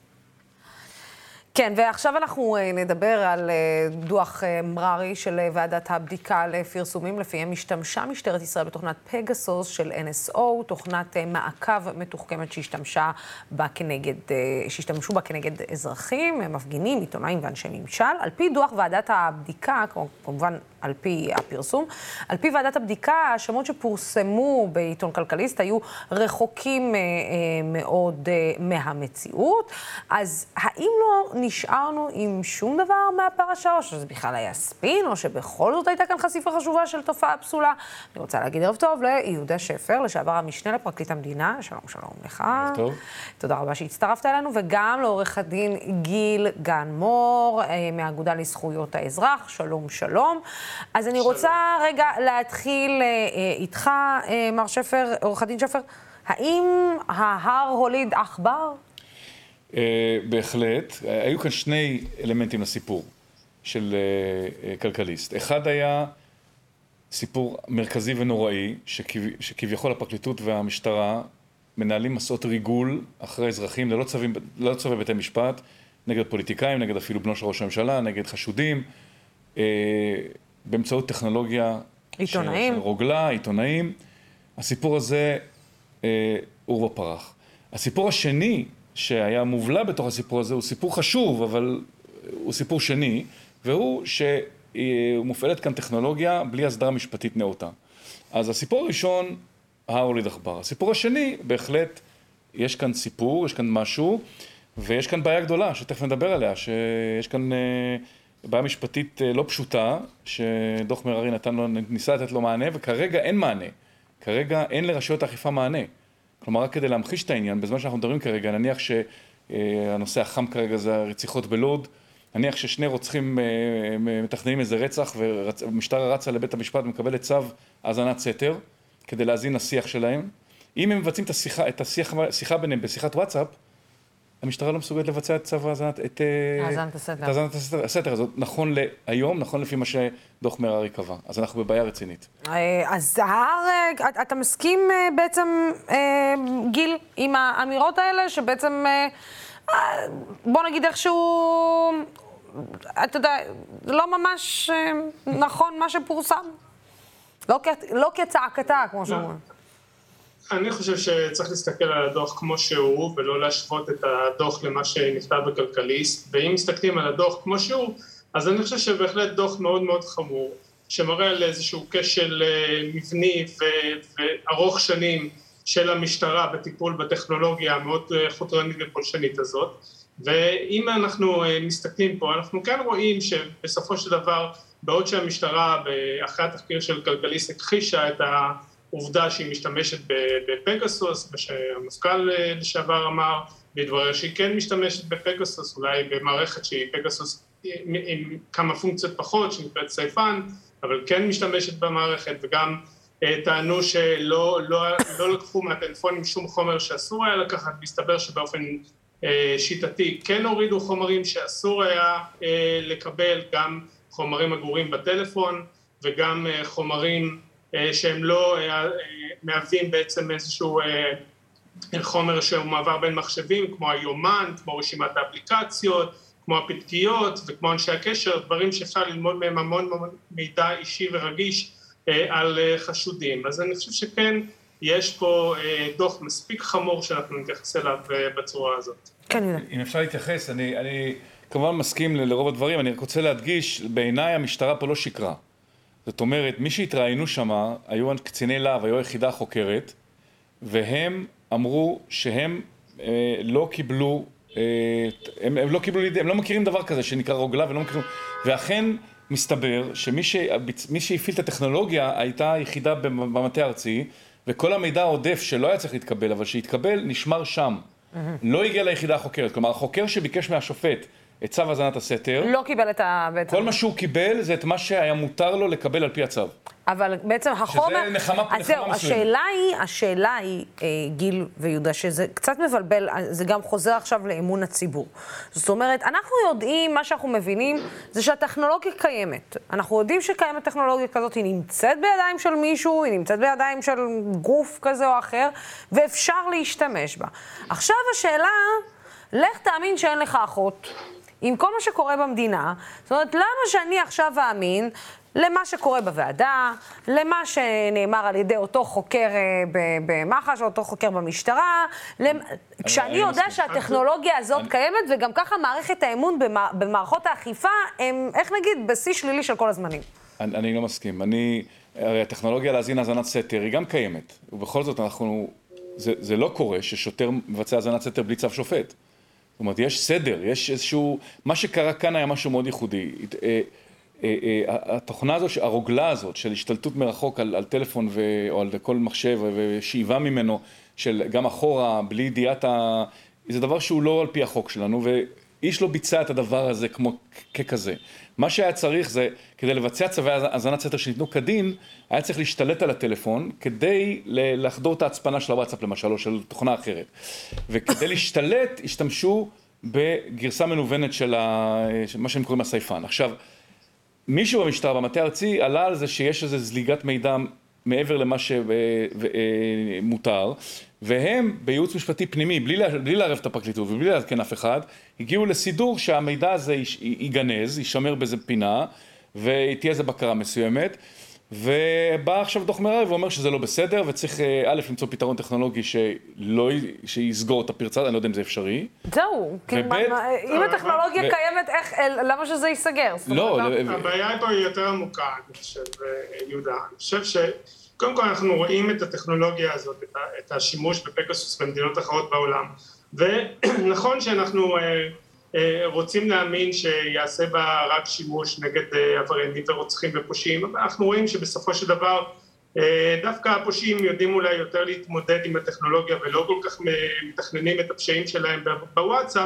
כן, ועכשיו אנחנו נדבר על דוח מררי של ועדת הבדיקה לפרסומים, לפיהם השתמשה משטרת ישראל בתוכנת פגסוס של NSO, תוכנת מעקב מתוחכמת שהשתמשו בה כנגד אזרחים, מפגינים, עיתונאים ואנשי ממשל. על פי דוח ועדת הבדיקה, כמובן על פי הפרסום, על פי ועדת הבדיקה, השמות שפורסמו בעיתון כלכליסט היו רחוקים מאוד מהמציאות. אז האם לא נשארנו עם שום דבר מהפרשה, או שזה בכלל היה ספין, או שבכל זאת הייתה כאן חשיפה חשובה של תופעה פסולה? אני רוצה להגיד ערב טוב ליהודה שפר, לשעבר המשנה לפרקליט המדינה. שלום, שלום לך. טוב. תודה רבה שהצטרפת אלינו, וגם לעורך הדין גיל גן מור, מהאגודה לזכויות האזרח. שלום, שלום. אז אני רוצה רגע להתחיל איתך, מר שפר, עורך הדין שפר, האם ההר הוליד עכבר? בהחלט. היו כאן שני אלמנטים לסיפור של כלכליסט. אחד היה סיפור מרכזי ונוראי, שכביכול הפרקליטות והמשטרה מנהלים מסעות ריגול אחרי אזרחים ללא צווי בתי משפט, נגד פוליטיקאים, נגד אפילו בנו של ראש הממשלה, נגד חשודים, באמצעות טכנולוגיה עיתונאים. של רוגלה, עיתונאים. הסיפור הזה עורבא פרח. הסיפור השני שהיה מובלע בתוך הסיפור הזה הוא סיפור חשוב, אבל הוא סיפור שני, והוא שמופעלת כאן טכנולוגיה בלי הסדרה משפטית נאותה. אז הסיפור הראשון, ההר הוליד עכבר. הסיפור השני, בהחלט, יש כאן סיפור, יש כאן משהו, ויש כאן בעיה גדולה, שתכף נדבר עליה, שיש כאן בעיה משפטית לא פשוטה, שדוח מררי ניסה לתת לו מענה, וכרגע אין מענה. כרגע אין לרשויות האכיפה מענה. כלומר, רק כדי להמחיש את העניין, בזמן שאנחנו מדברים כרגע, נניח שהנושא החם כרגע זה הרציחות בלוד, נניח ששני רוצחים מתכננים איזה רצח, והמשטרה רצה לבית המשפט ומקבלת צו האזנת סתר, כדי להזין השיח שלהם. אם הם מבצעים את השיחה ביניהם בשיחת וואטסאפ, המשטרה לא מסוגלת לבצע את צו האזנת הסתר הזאת, נכון להיום, נכון לפי מה שדוח מררי קבע. אז אנחנו בבעיה רצינית. אז אתה מסכים בעצם, גיל, עם האמירות האלה, שבעצם בוא נגיד איכשהו, אתה יודע, לא ממש נכון מה שפורסם. לא כצעקתה, כמו שאומרים. אני חושב שצריך להסתכל על הדוח כמו שהוא, ולא להשוות את הדוח למה שנכתב בכלכליסט, ואם מסתכלים על הדוח כמו שהוא, אז אני חושב שבהחלט דוח מאוד מאוד חמור, שמראה על איזשהו כשל מבני וארוך שנים של המשטרה בטיפול בטכנולוגיה המאוד חודרנית ופולשנית הזאת, ואם אנחנו מסתכלים פה, אנחנו כן רואים שבסופו של דבר, בעוד שהמשטרה אחרי התחקיר של כלכליסט הכחישה את העובדה שהיא משתמשת בפגסוס, ושהמפכ"ל לשעבר אמר, בדבריה שהיא כן משתמשת בפגסוס, אולי במערכת שהיא פגסוס עם כמה פונקציות פחות, שנקראת סייפן, אבל כן משתמשת במערכת, וגם טענו שלא לקחו מהטלפונים שום חומר שאסור היה לקחת, מסתבר שבאופן שיטתי כן הורידו חומרים שאסור היה לקבל, גם חומרים אגורים בטלפון, וגם חומרים שהם לא מהווים בעצם איזשהו חומר שהוא מעבר בין מחשבים, כמו היומן, כמו רשימת האפליקציות, כמו הפתקיות וכמו אנשי הקשר, דברים שאפשר ללמוד מהם המון מידע אישי ורגיש על חשודים. אז אני חושב שכן, יש פה דוח מספיק חמור שאנחנו נתייחס אליו בצורה הזאת. אם אפשר להתייחס, אני כמובן מסכים לרוב הדברים, אני רק רוצה להדגיש, בעיניי המשטרה פה לא שקרה. זאת אומרת, מי שהתראיינו שם, היו קציני להב, היו היחידה חוקרת, והם אמרו שהם לא קיבלו, הם לא מכירים דבר כזה שנקרא רוגלה, ואכן מסתבר שמי שהפעיל את הטכנולוגיה הייתה יחידה במטה הארצי, וכל המידע העודף שלא היה צריך להתקבל, אבל שהתקבל נשמר שם. לא הגיע ליחידה החוקרת. כלומר, החוקר שביקש מהשופט את צו האזנת הסתר, לא קיבל את כל מה שהוא קיבל זה את מה שהיה מותר לו לקבל על פי הצו. אבל בעצם החומר... שזה נחמה השאלה היא, גיל ויהודה, שזה קצת מבלבל, זה גם חוזר עכשיו לאמון הציבור. זאת אומרת, אנחנו יודעים, מה שאנחנו מבינים, זה שהטכנולוגיה קיימת. אנחנו יודעים שקיימת טכנולוגיה כזאת, היא נמצאת בידיים של מישהו, היא נמצאת בידיים של גוף כזה או אחר, ואפשר להשתמש בה. עכשיו השאלה, לך תאמין שאין לך אחות. עם כל מה שקורה במדינה, זאת אומרת, למה שאני עכשיו אאמין למה שקורה בוועדה, למה שנאמר על ידי אותו חוקר במח"ש, או אותו חוקר במשטרה, כשאני יודע שהטכנולוגיה הזאת קיימת, וגם ככה מערכת האמון במערכות האכיפה, הם, איך נגיד, בשיא שלילי של כל הזמנים. אני לא מסכים. הרי הטכנולוגיה להזין האזנת סתר היא גם קיימת, ובכל זאת זה לא קורה ששוטר מבצע האזנת סתר בלי צו שופט. זאת אומרת, יש סדר, יש איזשהו... מה שקרה כאן היה משהו מאוד ייחודי. התוכנה הזאת, הרוגלה הזאת של השתלטות מרחוק על טלפון או על כל מחשב ושאיבה ממנו, של גם אחורה, בלי ידיעת זה דבר שהוא לא על פי החוק שלנו, ואיש לא ביצע את הדבר הזה ככזה. מה שהיה צריך זה, כדי לבצע צווי האזנת סתר שניתנו כדין, היה צריך להשתלט על הטלפון, כדי לחדור את ההצפנה של הוואטסאפ למשל, או של תוכנה אחרת. וכדי להשתלט, השתמשו בגרסה מנוונת של מה שהם קוראים הסייפן. עכשיו, מישהו במשטרה, במטה הארצי, עלה על זה שיש איזו זליגת מידע מעבר למה שמותר, והם בייעוץ משפטי פנימי, בלי לערב את הפרקליטות ובלי לעדכן אף אחד, הגיעו לסידור שהמידע הזה ייגנז, יישמר באיזה פינה, ותהיה איזו בקרה מסוימת, ובא עכשיו דוח מררי ואומר שזה לא בסדר, וצריך א' למצוא פתרון טכנולוגי שיסגור את הפרצה, אני לא יודע אם זה אפשרי. זהו, אם הטכנולוגיה קיימת, למה שזה ייסגר? לא, הבעיה פה היא יותר עמוקה, אני חושב, יהודה. אני חושב שקודם כל אנחנו רואים את הטכנולוגיה הזאת, את השימוש בפגסוס במדינות אחרות בעולם, ונכון שאנחנו רוצים להאמין שיעשה בה רק שימוש נגד עבריינים ורוצחים ופושעים, אבל אנחנו רואים שבסופו של דבר דווקא הפושעים יודעים אולי יותר להתמודד עם הטכנולוגיה ולא כל כך מתכננים את הפשעים שלהם בוואטסאפ,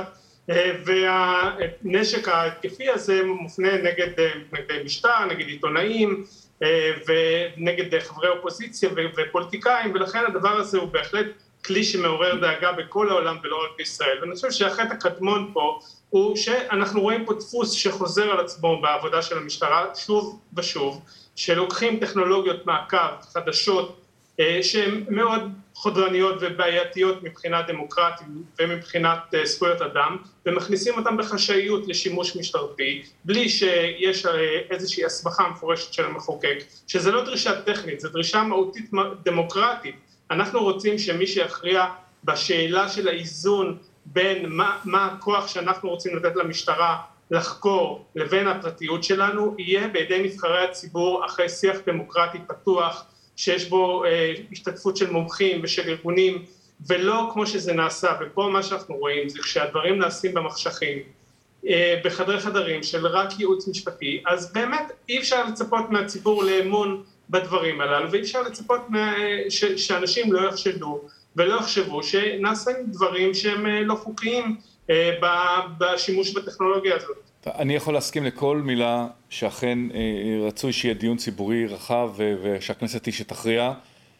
והנשק ההתקפי הזה מופנה נגד משטר, נגד עיתונאים ונגד חברי אופוזיציה ופוליטיקאים, ולכן הדבר הזה הוא בהחלט כלי שמעורר דאגה בכל העולם ולא רק בישראל. ואני חושב שהחטא הקדמון פה הוא שאנחנו רואים פה דפוס שחוזר על עצמו בעבודה של המשטרה שוב ושוב, שלוקחים טכנולוגיות מעקב חדשות שהן מאוד חודרניות ובעייתיות מבחינה דמוקרטית ומבחינת זכויות אדם, ומכניסים אותם בחשאיות לשימוש משטרתי, בלי שיש איזושהי הסמכה מפורשת של המחוקק, שזה לא דרישה טכנית, זו דרישה מהותית דמוקרטית. אנחנו רוצים שמי שיכריע בשאלה של האיזון בין מה הכוח שאנחנו רוצים לתת למשטרה לחקור לבין הפרטיות שלנו, יהיה בידי נבחרי הציבור אחרי שיח דמוקרטי פתוח, שיש בו השתתפות של מומחים ושל ארגונים, ולא כמו שזה נעשה, ופה מה שאנחנו רואים זה כשהדברים נעשים במחשכים, בחדרי חדרים של רק ייעוץ משפטי, אז באמת אי אפשר לצפות מהציבור לאמון בדברים הללו, ואי אפשר לצפות שאנשים לא יחשדו ולא יחשבו שנעשים דברים שהם לא חוקיים בשימוש בטכנולוגיה הזאת. אני יכול להסכים לכל מילה שאכן רצוי שיהיה דיון ציבורי רחב ושהכנסת היא שתכריע.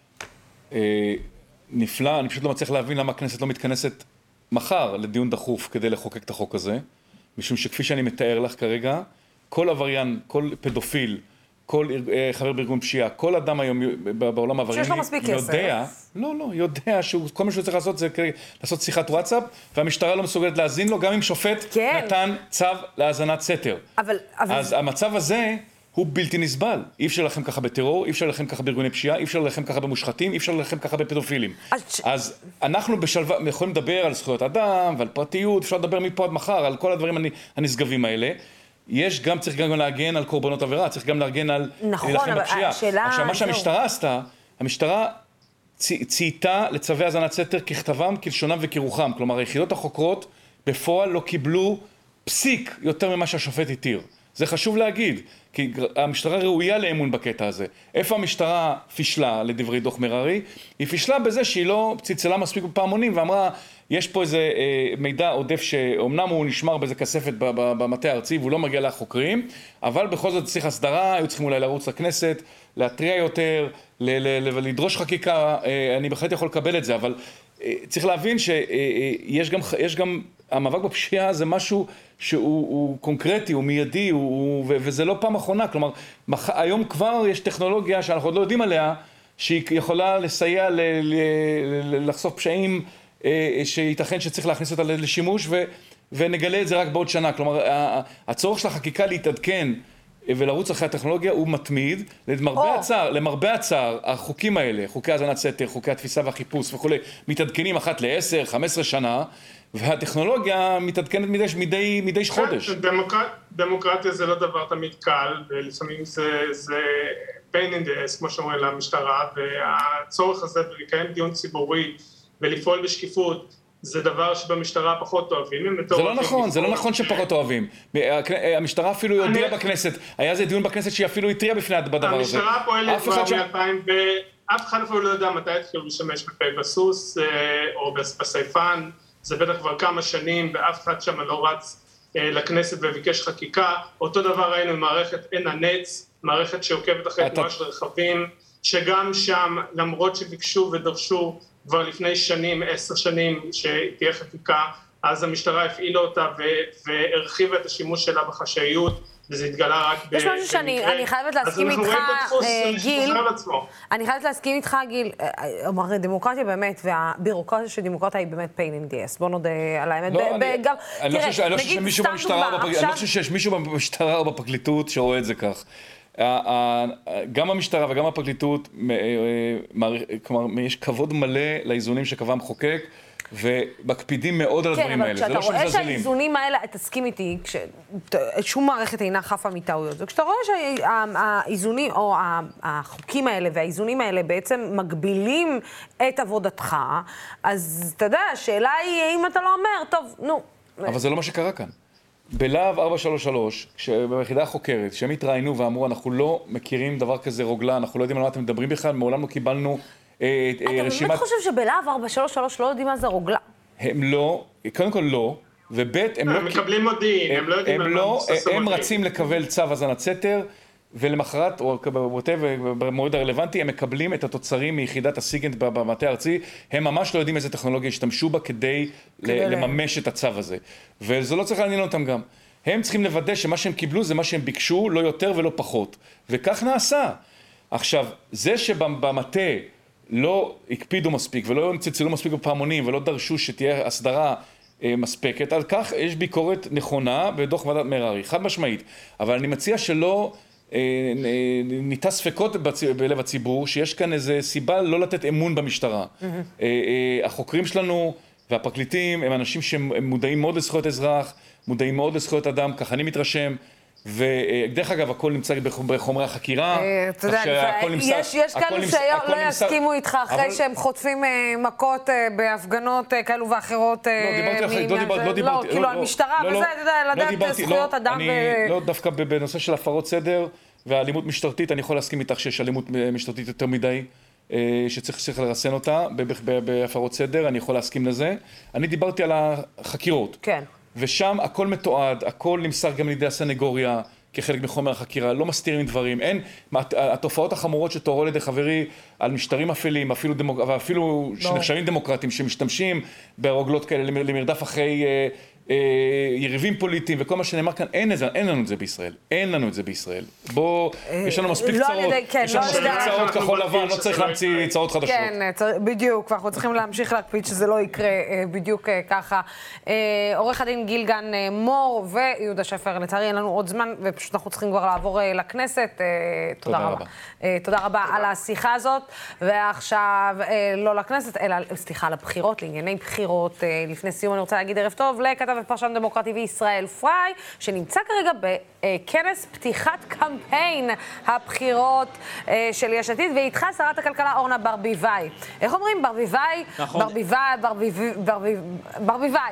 נפלא, אני פשוט לא מצליח להבין למה הכנסת לא מתכנסת מחר לדיון דחוף כדי לחוקק את החוק הזה, משום שכפי שאני מתאר לך כרגע, כל עבריין, כל פדופיל, כל חבר בארגון פשיעה, כל אדם היום בעולם העברייני יודע שכל מה שהוא צריך לעשות זה לעשות שיחת וואטסאפ, והמשטרה לא מסוגלת להאזין לו, גם אם שופט נתן צו להאזנת סתר. אז המצב הזה הוא בלתי נסבל. אי אפשר לכם ככה בטרור, אי אפשר לכם ככה בארגוני פשיעה, אי אפשר לכם ככה במושחתים, אי אפשר לכם ככה בפדופילים. אז אנחנו בשלווה יכולים לדבר על זכויות אדם ועל פרטיות, אפשר לדבר מפה עד מחר על כל הדברים הנשגבים האלה. צריך גם להגן על קורבנות עבירה, צריך גם להגן על להילחם בפשיעה. עכשיו, מה שהמשטרה עשתה, המשטרה צייתה לצווי האזנת סתר ככתבם, כלשונם וכרוחם. כלומר, היחידות החוקרות בפועל לא קיבלו פסיק יותר ממה שהשופט התיר. זה חשוב להגיד, כי המשטרה ראויה לאמון בקטע הזה. איפה המשטרה פישלה לדברי דוח מררי? היא פישלה בזה שהיא לא צלצלה מספיק בפעמונים ואמרה, יש פה איזה מידע עודף שאומנם הוא נשמר באיזה כספת במטה הארצי והוא לא מגיע לחוקרים, אבל בכל זאת צריך הסדרה, היו צריכים אולי לרוץ לכנסת, להתריע יותר, לדרוש חקיקה, אני בהחלט יכול לקבל את זה, אבל צריך להבין שיש גם המאבק בפשיעה זה משהו שהוא קונקרטי, הוא מיידי, וזה לא פעם אחרונה, כלומר, היום כבר יש טכנולוגיה שאנחנו עוד לא יודעים עליה, שהיא יכולה לסייע לחשוף פשעים, שייתכן שצריך להכניס אותה לשימוש, ונגלה את זה רק בעוד שנה. כלומר, הצורך של החקיקה להתעדכן ולרוץ אחרי הטכנולוגיה הוא מתמיד. למרבה הצער, החוקים האלה, חוקי האזנת סתר, חוקי התפיסה והחיפוש וכו', מתעדכנים אחת ל10, 15 שנה, והטכנולוגיה מתעדכנת מדי חודש. דמוקרטיה זה לא דבר תמיד קל, ולפעמים זה pain in the ass, כמו שאומרים למשטרה, והצורך הזה לקיים דיון ציבורי ולפעול בשקיפות, זה דבר שבמשטרה פחות אוהבים. זה לא נכון שפחות אוהבים. המשטרה אפילו יודעה בכנסת, היה זה דיון בכנסת שהיא אפילו התריעה בפני בדבר הזה. המשטרה פועלת כבר מ-2000, ואף אחד אפילו לא יודע מתי התחילו לשמש בפגסוס או בסייפן, זה בטח כבר כמה שנים, ואף אחד שם לא רץ לכנסת וביקש חקיקה. אותו דבר ראינו עם מערכת עין הנץ, מערכת שעוקבת אחרי תנועה של רכבים, שגם שם, למרות שביקשו ודרשו כבר לפני שנים, 10 שנים, שתהיה חקיקה, אז המשטרה הפעילה אותה והרחיבה את השימוש שלה בחשאיות, וזה התגלה רק במקרה. יש משהו שאני חייבת להסכים איתך, גיל. אני חייבת להסכים איתך, גיל. הרי דמוקרטיה באמת, והבירוקרטיה של דמוקרטיה היא באמת pain in the ass. בוא נודה על האמת. אני לא חושב שיש מישהו במשטרה או בפרקליטות שרואה את זה כך. גם המשטרה וגם הפרקליטות, כלומר, יש כבוד מלא לאיזונים שקבע המחוקק, ומקפידים מאוד על הדברים האלה. כן, אבל כשאתה רואה שהאיזונים האלה, תסכים איתי, שום מערכת אינה חפה מטעויות, וכשאתה רואה שהאיזונים או החוקים האלה והאיזונים האלה בעצם מגבילים את עבודתך, אז אתה יודע, השאלה היא, אם אתה לא אומר, טוב, נו. אבל זה לא מה שקרה כאן. בלהב 433, ביחידה החוקרת, שהם התראינו ואמרו, אנחנו לא מכירים דבר כזה רוגלה, אנחנו לא יודעים על מה אתם מדברים בכלל, מעולם לא קיבלנו רשימת... אתה באמת חושב שבלהב 433 לא יודעים מה זה רוגלה? הם לא, קודם כל לא, ובית הם לא... הם מקבלים מודיעין, הם לא יודעים על מה מבוסס המודיעין. הם רצים לקבל צו האזנת סתר, ולמחרת, או במועד הרלוונטי, הם מקבלים את התוצרים מיחידת הסיגנט במטה הארצי, הם ממש לא יודעים איזה טכנולוגיה השתמשו בה כדי לממש את הצו הזה. וזה לא צריך לעניין אותם גם. הם צריכים לוודא שמה שהם קיבלו זה מה שהם ביקשו, לא יותר ולא פחות. וכך נעשה. עכשיו, זה שבמטה לא הקפידו מספיק ולא צלצלו מספיק בפעמונים ולא דרשו שתהיה הסדרה מספקת, על כך יש ביקורת נכונה בדוח ועדת מררי, חד משמעית. אבל אני מציע שלא ניטה ספקות בלב הציבור, שיש כאן איזו סיבה לא לתת אמון במשטרה. החוקרים שלנו והפרקליטים הם אנשים שמודעים מאוד לזכויות אזרח, מודעים מאוד לזכויות אדם, כך אני מתרשם. ודרך אגב, הכל נמצא בחומרי החקירה. אתה יודע, יש כאלו שלא יסכימו איתך אחרי שהם חוטפים מכות בהפגנות כאלו ואחרות. לא דיברתי. כאילו המשטרה וזה, אתה יודע, לדעת זכויות אדם. לא, דווקא בנושא של הפרות סדר והאלימות משטרתית, אני יכול להסכים איתך שיש אלימות משטרתית יותר מדי, שצריך לרסן אותה בהפרות סדר, אני יכול להסכים לזה. אני דיברתי על החקירות. כן. ושם הכל מתועד, הכל נמסר גם לידי הסנגוריה כחלק מחומר החקירה, לא מסתירים דברים, אין, התופעות החמורות שתוארו על ידי חברי על משטרים אפלים, אפילו שנחשבים דמוקרטיים, שמשתמשים ברוגלות כאלה למרדף אחרי יריבים פוליטיים וכל מה שנאמר כאן, אין לנו את זה בישראל, אין לנו את זה בישראל. בוא, יש לנו מספיק צרות, יש לנו מספיק צרות כחול לבן, לא צריך להמציא צרות חדשות. כן, בדיוק, ואנחנו צריכים להמשיך להקפיד שזה לא יקרה בדיוק ככה. עורך הדין גילגן מור ויהודה שפר, לצערי אין לנו עוד זמן, ופשוט אנחנו צריכים כבר לעבור לכנסת. תודה רבה. תודה רבה על השיחה הזאת, ועכשיו לא לכנסת, אלא, סליחה, לבחירות, לענייני בחירות. לפני סיום אני רוצה להגיד ערב טוב לכתב ופרשן דמוקרטי וישראל פריי, שנמצא כרגע בכנס פתיחת קמפיין הבחירות של יש עתיד, ואיתך שרת הכלכלה אורנה ברביבאי. איך אומרים? ברביבאי? נכון. ברביבאי.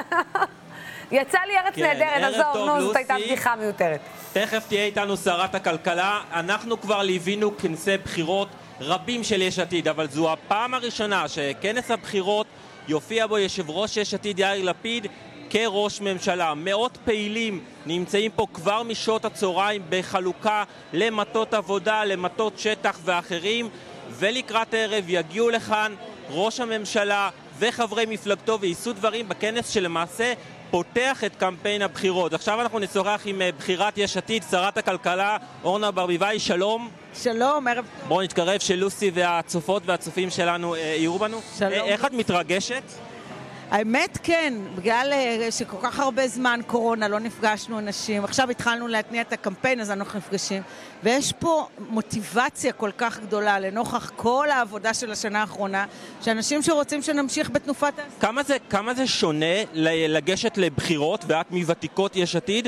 יצא לי ארץ נהדרת, עזוב, נו, זאת הייתה בדיחה מיותרת. תכף תהיה איתנו שרת הכלכלה. אנחנו כבר ליווינו כנסי בחירות רבים של יש עתיד, אבל זו הפעם הראשונה שכנס הבחירות יופיע בו יושב ראש יש עתיד יאיר לפיד כראש ממשלה. מאות פעילים נמצאים פה כבר משעות הצהריים בחלוקה למטות עבודה, למטות שטח ואחרים, ולקראת הערב יגיעו לכאן ראש הממשלה וחברי מפלגתו ויישאו דברים בכנס שלמעשה פותח את קמפיין הבחירות. עכשיו אנחנו נשוחח עם בחירת יש עתיד, שרת הכלכלה אורנה ברביבאי. שלום. שלום, ערב. בואו נתקרב שלוסי והצופות והצופים שלנו יראו בנו. שלום. איך את מתרגשת? האמת כן, בגלל שכל כך הרבה זמן קורונה לא נפגשנו אנשים, עכשיו התחלנו להתניע את הקמפיין, אז אנחנו נפגשים, ויש פה מוטיבציה כל כך גדולה לנוכח כל העבודה של השנה האחרונה, שאנשים שרוצים שנמשיך בתנופת... כמה זה שונה לגשת לבחירות, ואת מוותיקות יש עתיד,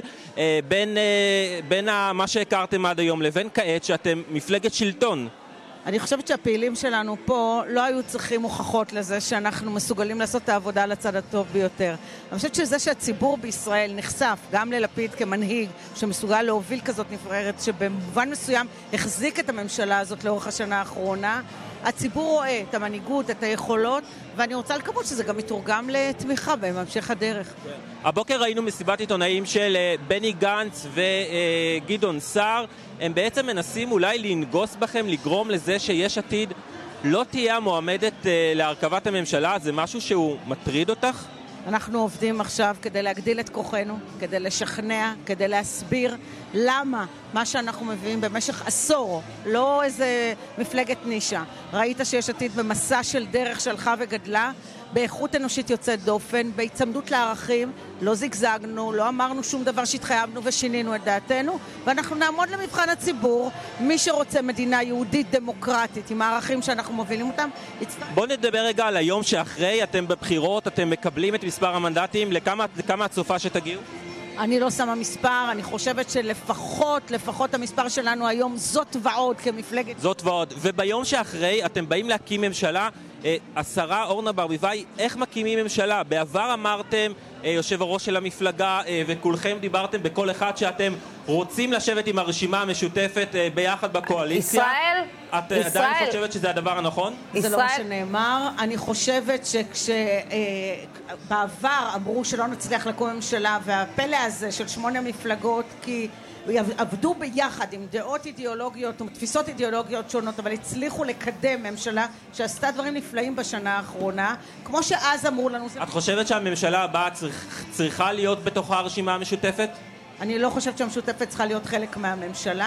בין מה שהכרתם עד היום לבין כעת שאתם מפלגת שלטון? אני חושבת שהפעילים שלנו פה לא היו צריכים הוכחות לזה שאנחנו מסוגלים לעשות את העבודה על הצד הטוב ביותר. אני חושבת שזה שהציבור בישראל נחשף גם ללפיד כמנהיג שמסוגל להוביל כזאת נבחרת, שבמובן מסוים החזיק את הממשלה הזאת לאורך השנה האחרונה, הציבור רואה את המנהיגות, את היכולות, ואני רוצה לקוות שזה גם מתורגם לתמיכה בהמשך הדרך. הבוקר ראינו מסיבת עיתונאים של בני גנץ וגדעון סער. הם בעצם מנסים אולי לנגוס בכם, לגרום לזה שיש עתיד לא תהיה מועמדת להרכבת הממשלה. זה משהו שהוא מטריד אותך? אנחנו עובדים עכשיו כדי להגדיל את כוחנו, כדי לשכנע, כדי להסביר למה מה שאנחנו מביאים במשך עשור, לא איזה מפלגת נישה. ראית שיש עתיד במסע של דרך שהלכה וגדלה, באיכות אנושית יוצאת דופן, בהצמדות לערכים, לא זגזגנו, לא אמרנו שום דבר שהתחייבנו ושינינו את דעתנו, ואנחנו נעמוד למבחן הציבור. מי שרוצה מדינה יהודית דמוקרטית עם הערכים שאנחנו מובילים אותם, בוא נדבר רגע על היום שאחרי, אתם בבחירות, אתם מקבלים את מספר המנדטים, לכמה הצופה שתגיעו? אני לא שמה מספר, אני חושבת שלפחות המספר שלנו היום זאת ועוד כמפלגת... זאת ועוד, וביום שאחרי אתם באים להקים ממשלה. השרה אורנה ברביבאי, איך מקימים ממשלה? בעבר אמרתם, יושב הראש של המפלגה, וכולכם דיברתם בכל אחד שאתם רוצים לשבת עם הרשימה המשותפת ביחד בקואליציה. ישראל? את עדיין חושבת שזה הדבר הנכון? זה לא מה שנאמר. אני חושבת שבעבר אמרו שלא נצליח לקום ממשלה, והפלא הזה של 8 מפלגות, כי עבדו ביחד עם דעות אידיאולוגיות ותפיסות אידיאולוגיות שונות, אבל הצליחו לקדם ממשלה שעשתה דברים נפלאים בשנה האחרונה, כמו שאז אמרו לנו... את חושבת שהממשלה הבאה צריכה להיות בתוך הרשימה המשותפת? אני לא חושבת שהמשותפת צריכה להיות חלק מהממשלה.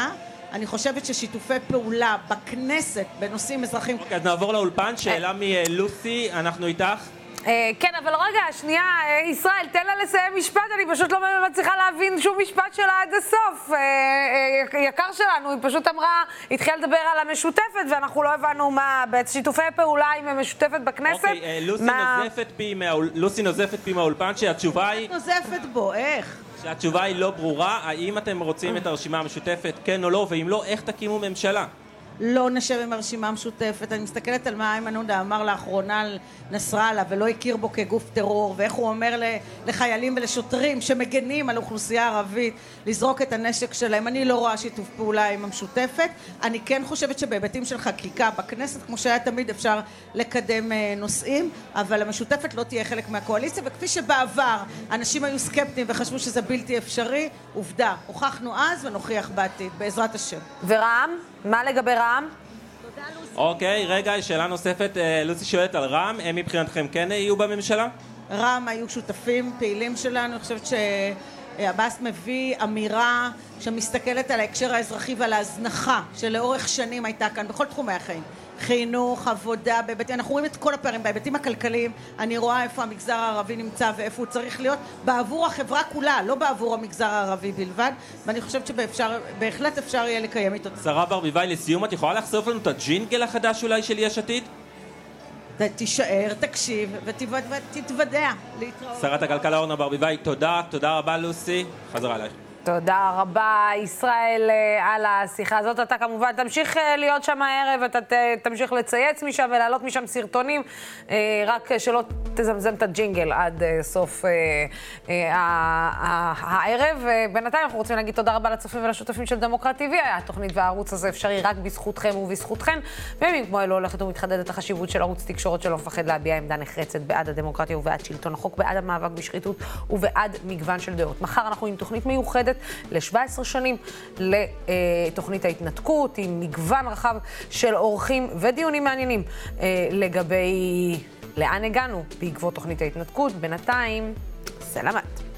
אני חושבת ששיתופי פעולה בכנסת בנושאים אזרחיים... אוקיי, אז נעבור לאולפן, שאלה מלוסי, אנחנו איתך. כן, אבל רגע, שנייה, ישראל, תן לה לסיים משפט, אני פשוט לא מצליחה להבין שום משפט שלה עד הסוף. יקר שלנו, היא פשוט אמרה, התחילה לדבר על המשותפת, ואנחנו לא הבנו מה, שיתופי פעולה עם המשותפת בכנסת. אוקיי, לוסי נוזפת פי מהאולפן, שהתשובה היא... נוזפת בו, איך? שהתשובה היא לא ברורה, האם אתם רוצים את הרשימה המשותפת, כן או לא, ואם לא, איך תקימו ממשלה? לא נשב עם הרשימה המשותפת. אני מסתכלת על מה איימן עודה אמר לאחרונה על נסראללה ולא הכיר בו כגוף טרור, ואיך הוא אומר לחיילים ולשוטרים שמגנים על אוכלוסייה ערבית לזרוק את הנשק שלהם. אני לא רואה שיתוף פעולה עם המשותפת. אני כן חושבת שבהיבטים של חקיקה בכנסת, כמו שהיה תמיד, אפשר לקדם נושאים, אבל המשותפת לא תהיה חלק מהקואליציה, וכפי שבעבר אנשים היו סקפטיים וחשבו שזה בלתי אפשרי, עובדה, הוכחנו אז ונוכיח בעתיד, בעזרת השם. ורע"מ? מה לגבי רע"מ? אוקיי, רגע, שאלה נוספת. לוסי שואלת על רע"מ, הם מבחינתכם כן יהיו בממשלה? רע"מ היו שותפים פעילים שלנו. אני חושבת שעבאס מביא אמירה שמסתכלת על ההקשר האזרחי ועל ההזנחה שלאורך שנים הייתה כאן בכל תחומי החיים. חינוך, עבודה, אנחנו רואים את כל הפערים בהיבטים הכלכליים. אני רואה איפה המגזר הערבי נמצא ואיפה הוא צריך להיות בעבור החברה כולה, לא בעבור המגזר הערבי בלבד, ואני חושבת שבהחלט אפשר יהיה לקיים איתו. שרה ברביבאי, לסיום, את יכולה לחשוף לנו את הג'ינגל החדש אולי של יש עתיד? תישאר, תקשיב ותתוודע. שרת הכלכלה אורנה ברביבאי, תודה רבה לוסי, חזרה אלייך. תודה רבה, ישראל, על השיחה הזאת. אתה כמובן תמשיך להיות שם הערב, אתה תמשיך לצייץ משם ולהעלות משם סרטונים, רק שלא תזמזם את הג'ינגל עד סוף הערב. בינתיים אנחנו רוצים להגיד תודה רבה לצופים ולשותפים של דמוקרט TV. התוכנית והערוץ הזה אפשרי רק בזכותכם ובזכותכן. בימים כמו אלו הולכת ומתחדדת החשיבות של ערוץ תקשורת שלא מפחד להביע עמדה נחרצת בעד הדמוקרטיה ובעד שלטון החוק, בעד המאבק בשחיתות ובעד מגוון של דעות. מחר אנחנו עם תוכנית מיוחדת ל-17 שנים לתוכנית ההתנתקות, עם מגוון רחב של אורחים ודיונים מעניינים לגבי לאן הגענו בעקבות תוכנית ההתנתקות. בינתיים, סלמת.